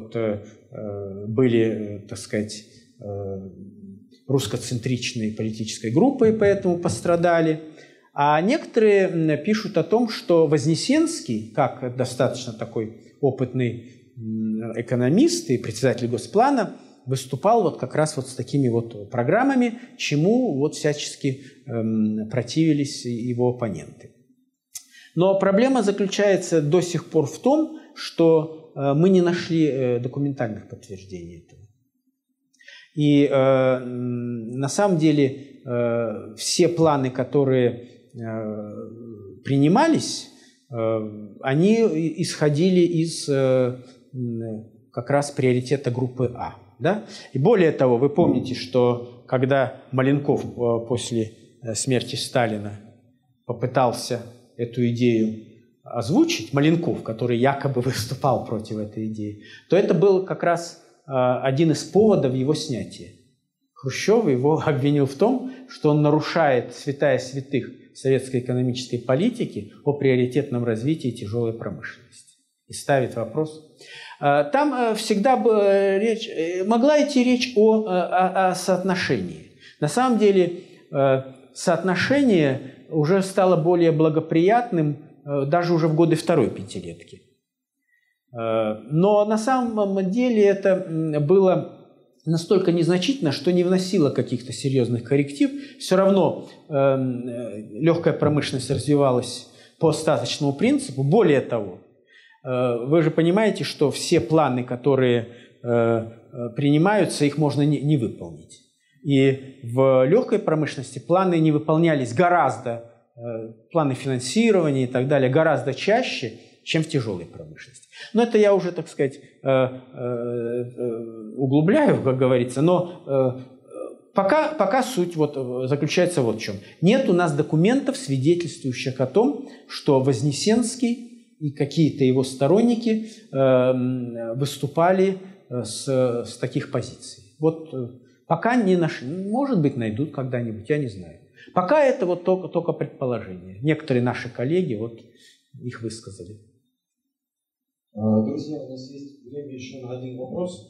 были, так сказать, русско-центричной политической группой, поэтому пострадали. А некоторые пишут о том, что Вознесенский, как достаточно такой опытный экономист и председатель Госплана, выступал вот как раз вот с такими вот программами, чему вот всячески противились его оппоненты. Но проблема заключается до сих пор в том, что мы не нашли документальных подтверждений этого. И на самом деле все планы, которые принимались, они исходили из как раз приоритета группы А. Да? И более того, вы помните, что когда Маленков после смерти Сталина попытался эту идею озвучить, Маленков, который якобы выступал против этой идеи, то это был как раз один из поводов его снятия. Хрущев его обвинил в том, что он нарушает святая святых советской экономической политики о приоритетном развитии тяжелой промышленности. И ставит вопрос. Там всегда могла идти речь о соотношении. На самом деле соотношение уже стало более благоприятным даже уже в годы второй пятилетки. Но на самом деле это было настолько незначительно, что не вносило каких-то серьезных корректив. Все равно легкая промышленность развивалась по остаточному принципу. Более того, вы же понимаете, что все планы, которые принимаются, их можно не выполнить. И в легкой промышленности планы не выполнялись планы финансирования и так далее, гораздо чаще, чем в тяжелой промышленности. Но это я уже, так сказать, углубляю, как говорится, но пока суть заключается вот в чем. Нет у нас документов, свидетельствующих о том, что Вознесенский и какие-то его сторонники выступали с таких позиций. Вот пока не нашли, может быть, найдут когда-нибудь, я не знаю. Пока это вот только предположение. Некоторые наши коллеги вот их высказали. Друзья, у нас есть время еще на один вопрос.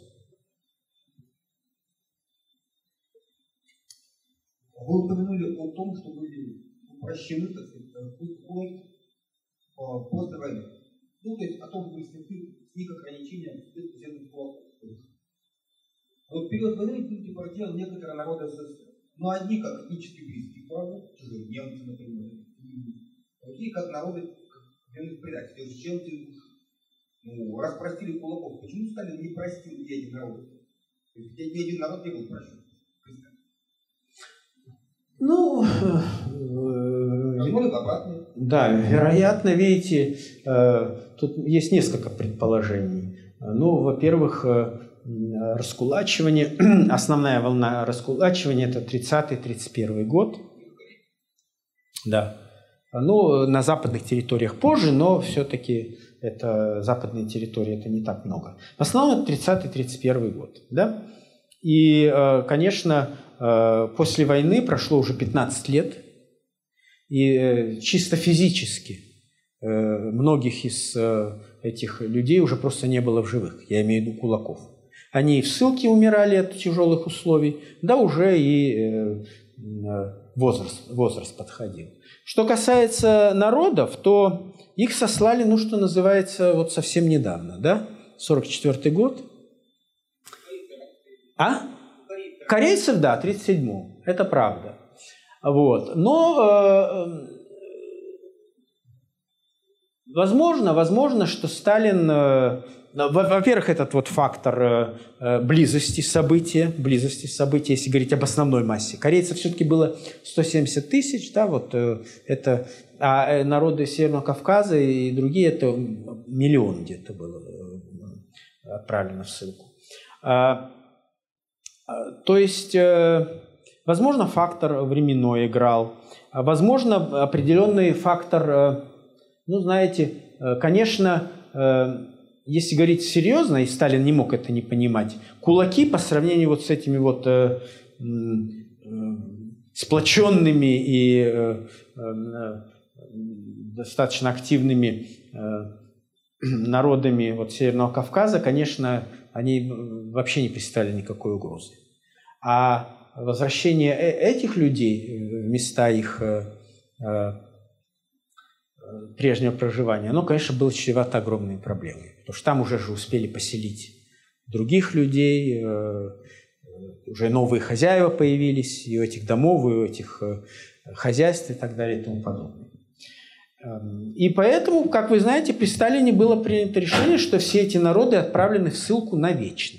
Вы упомянули о том, что были прощены, так сказать, после войны. Ну, то есть о том, что сник ограничения спецпоземных кулаков. Вот в период войны были депортированы некоторые народы СССР. Но одни как этнически близкие к врагу, чужие немцы, например, другие как народы военных предателей, то есть чем-то ну, раз простили кулаков, почему Сталин не простил эти народы? То есть ни один народ не был прощен. Ну, да, вероятно, видите, тут есть несколько предположений. Ну, во-первых, раскулачивание, основная волна раскулачивания – это 30-31 год. Да. Ну, на западных территориях позже, но все-таки это западные территории, это не так много. В основном это 30-31 год. Да? И, конечно, после войны прошло уже 15 лет, и чисто физически многих из этих людей уже просто не было в живых, я имею в виду кулаков. Они и в ссылке умирали от тяжелых условий, да уже и возраст подходил. Что касается народов, то их сослали, ну, что называется, вот совсем недавно, да? 44-й год. А? Корейцев, да, 37-м. Это правда. Вот. Но возможно, что Сталин... Во-первых, этот вот фактор близости события, если говорить об основной массе. Корейцев все-таки было 170 тысяч, да, вот это, а народы Северного Кавказа и другие, это 1 миллион где-то было отправлено в ссылку. То есть, возможно, фактор временной играл, возможно, определенный фактор, ну, знаете, конечно, если говорить серьезно, и Сталин не мог это не понимать, кулаки по сравнению вот с этими вот сплоченными и достаточно активными народами вот Северного Кавказа, конечно, они вообще не представляли никакой угрозы. А возвращение этих людей в места их прежнего проживания, оно, конечно, было чревато огромными проблемами. Потому что там уже же успели поселить других людей, уже новые хозяева появились и у этих домов, и у этих хозяйств и так далее и тому подобное. И поэтому, как вы знаете, при Сталине было принято решение, что все эти народы отправлены в ссылку навечно.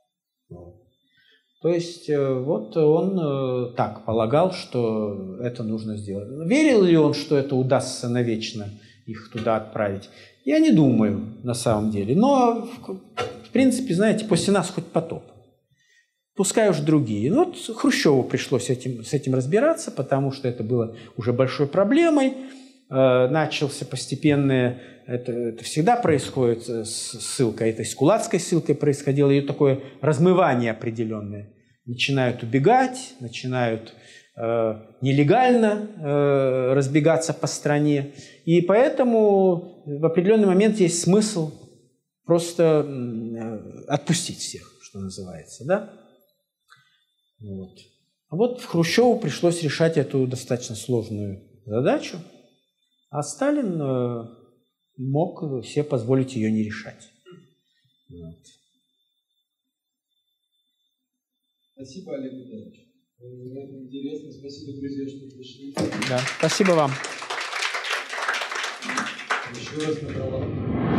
То есть вот он так полагал, что это нужно сделать. Верил ли он, что это удастся навечно их туда отправить? Я не думаю, на самом деле. Но, в принципе, знаете, после нас хоть потоп. Пускай уж другие. Ну, вот Хрущеву пришлось с этим разбираться, потому что это было уже большой проблемой. Начался постепенное, это всегда происходит с ссылкой, это и с кулацкой ссылкой происходило, ее такое размывание определенное. Начинают убегать, начинают нелегально разбегаться по стране. И поэтому в определенный момент есть смысл просто отпустить всех, что называется. Да? Вот. А вот Хрущеву пришлось решать эту достаточно сложную задачу, а Сталин мог себе позволить ее не решать. Вот. Спасибо, Олег Иванович. Интересно. Спасибо, друзья, что пришли. Да, спасибо вам. Еще раз на правах.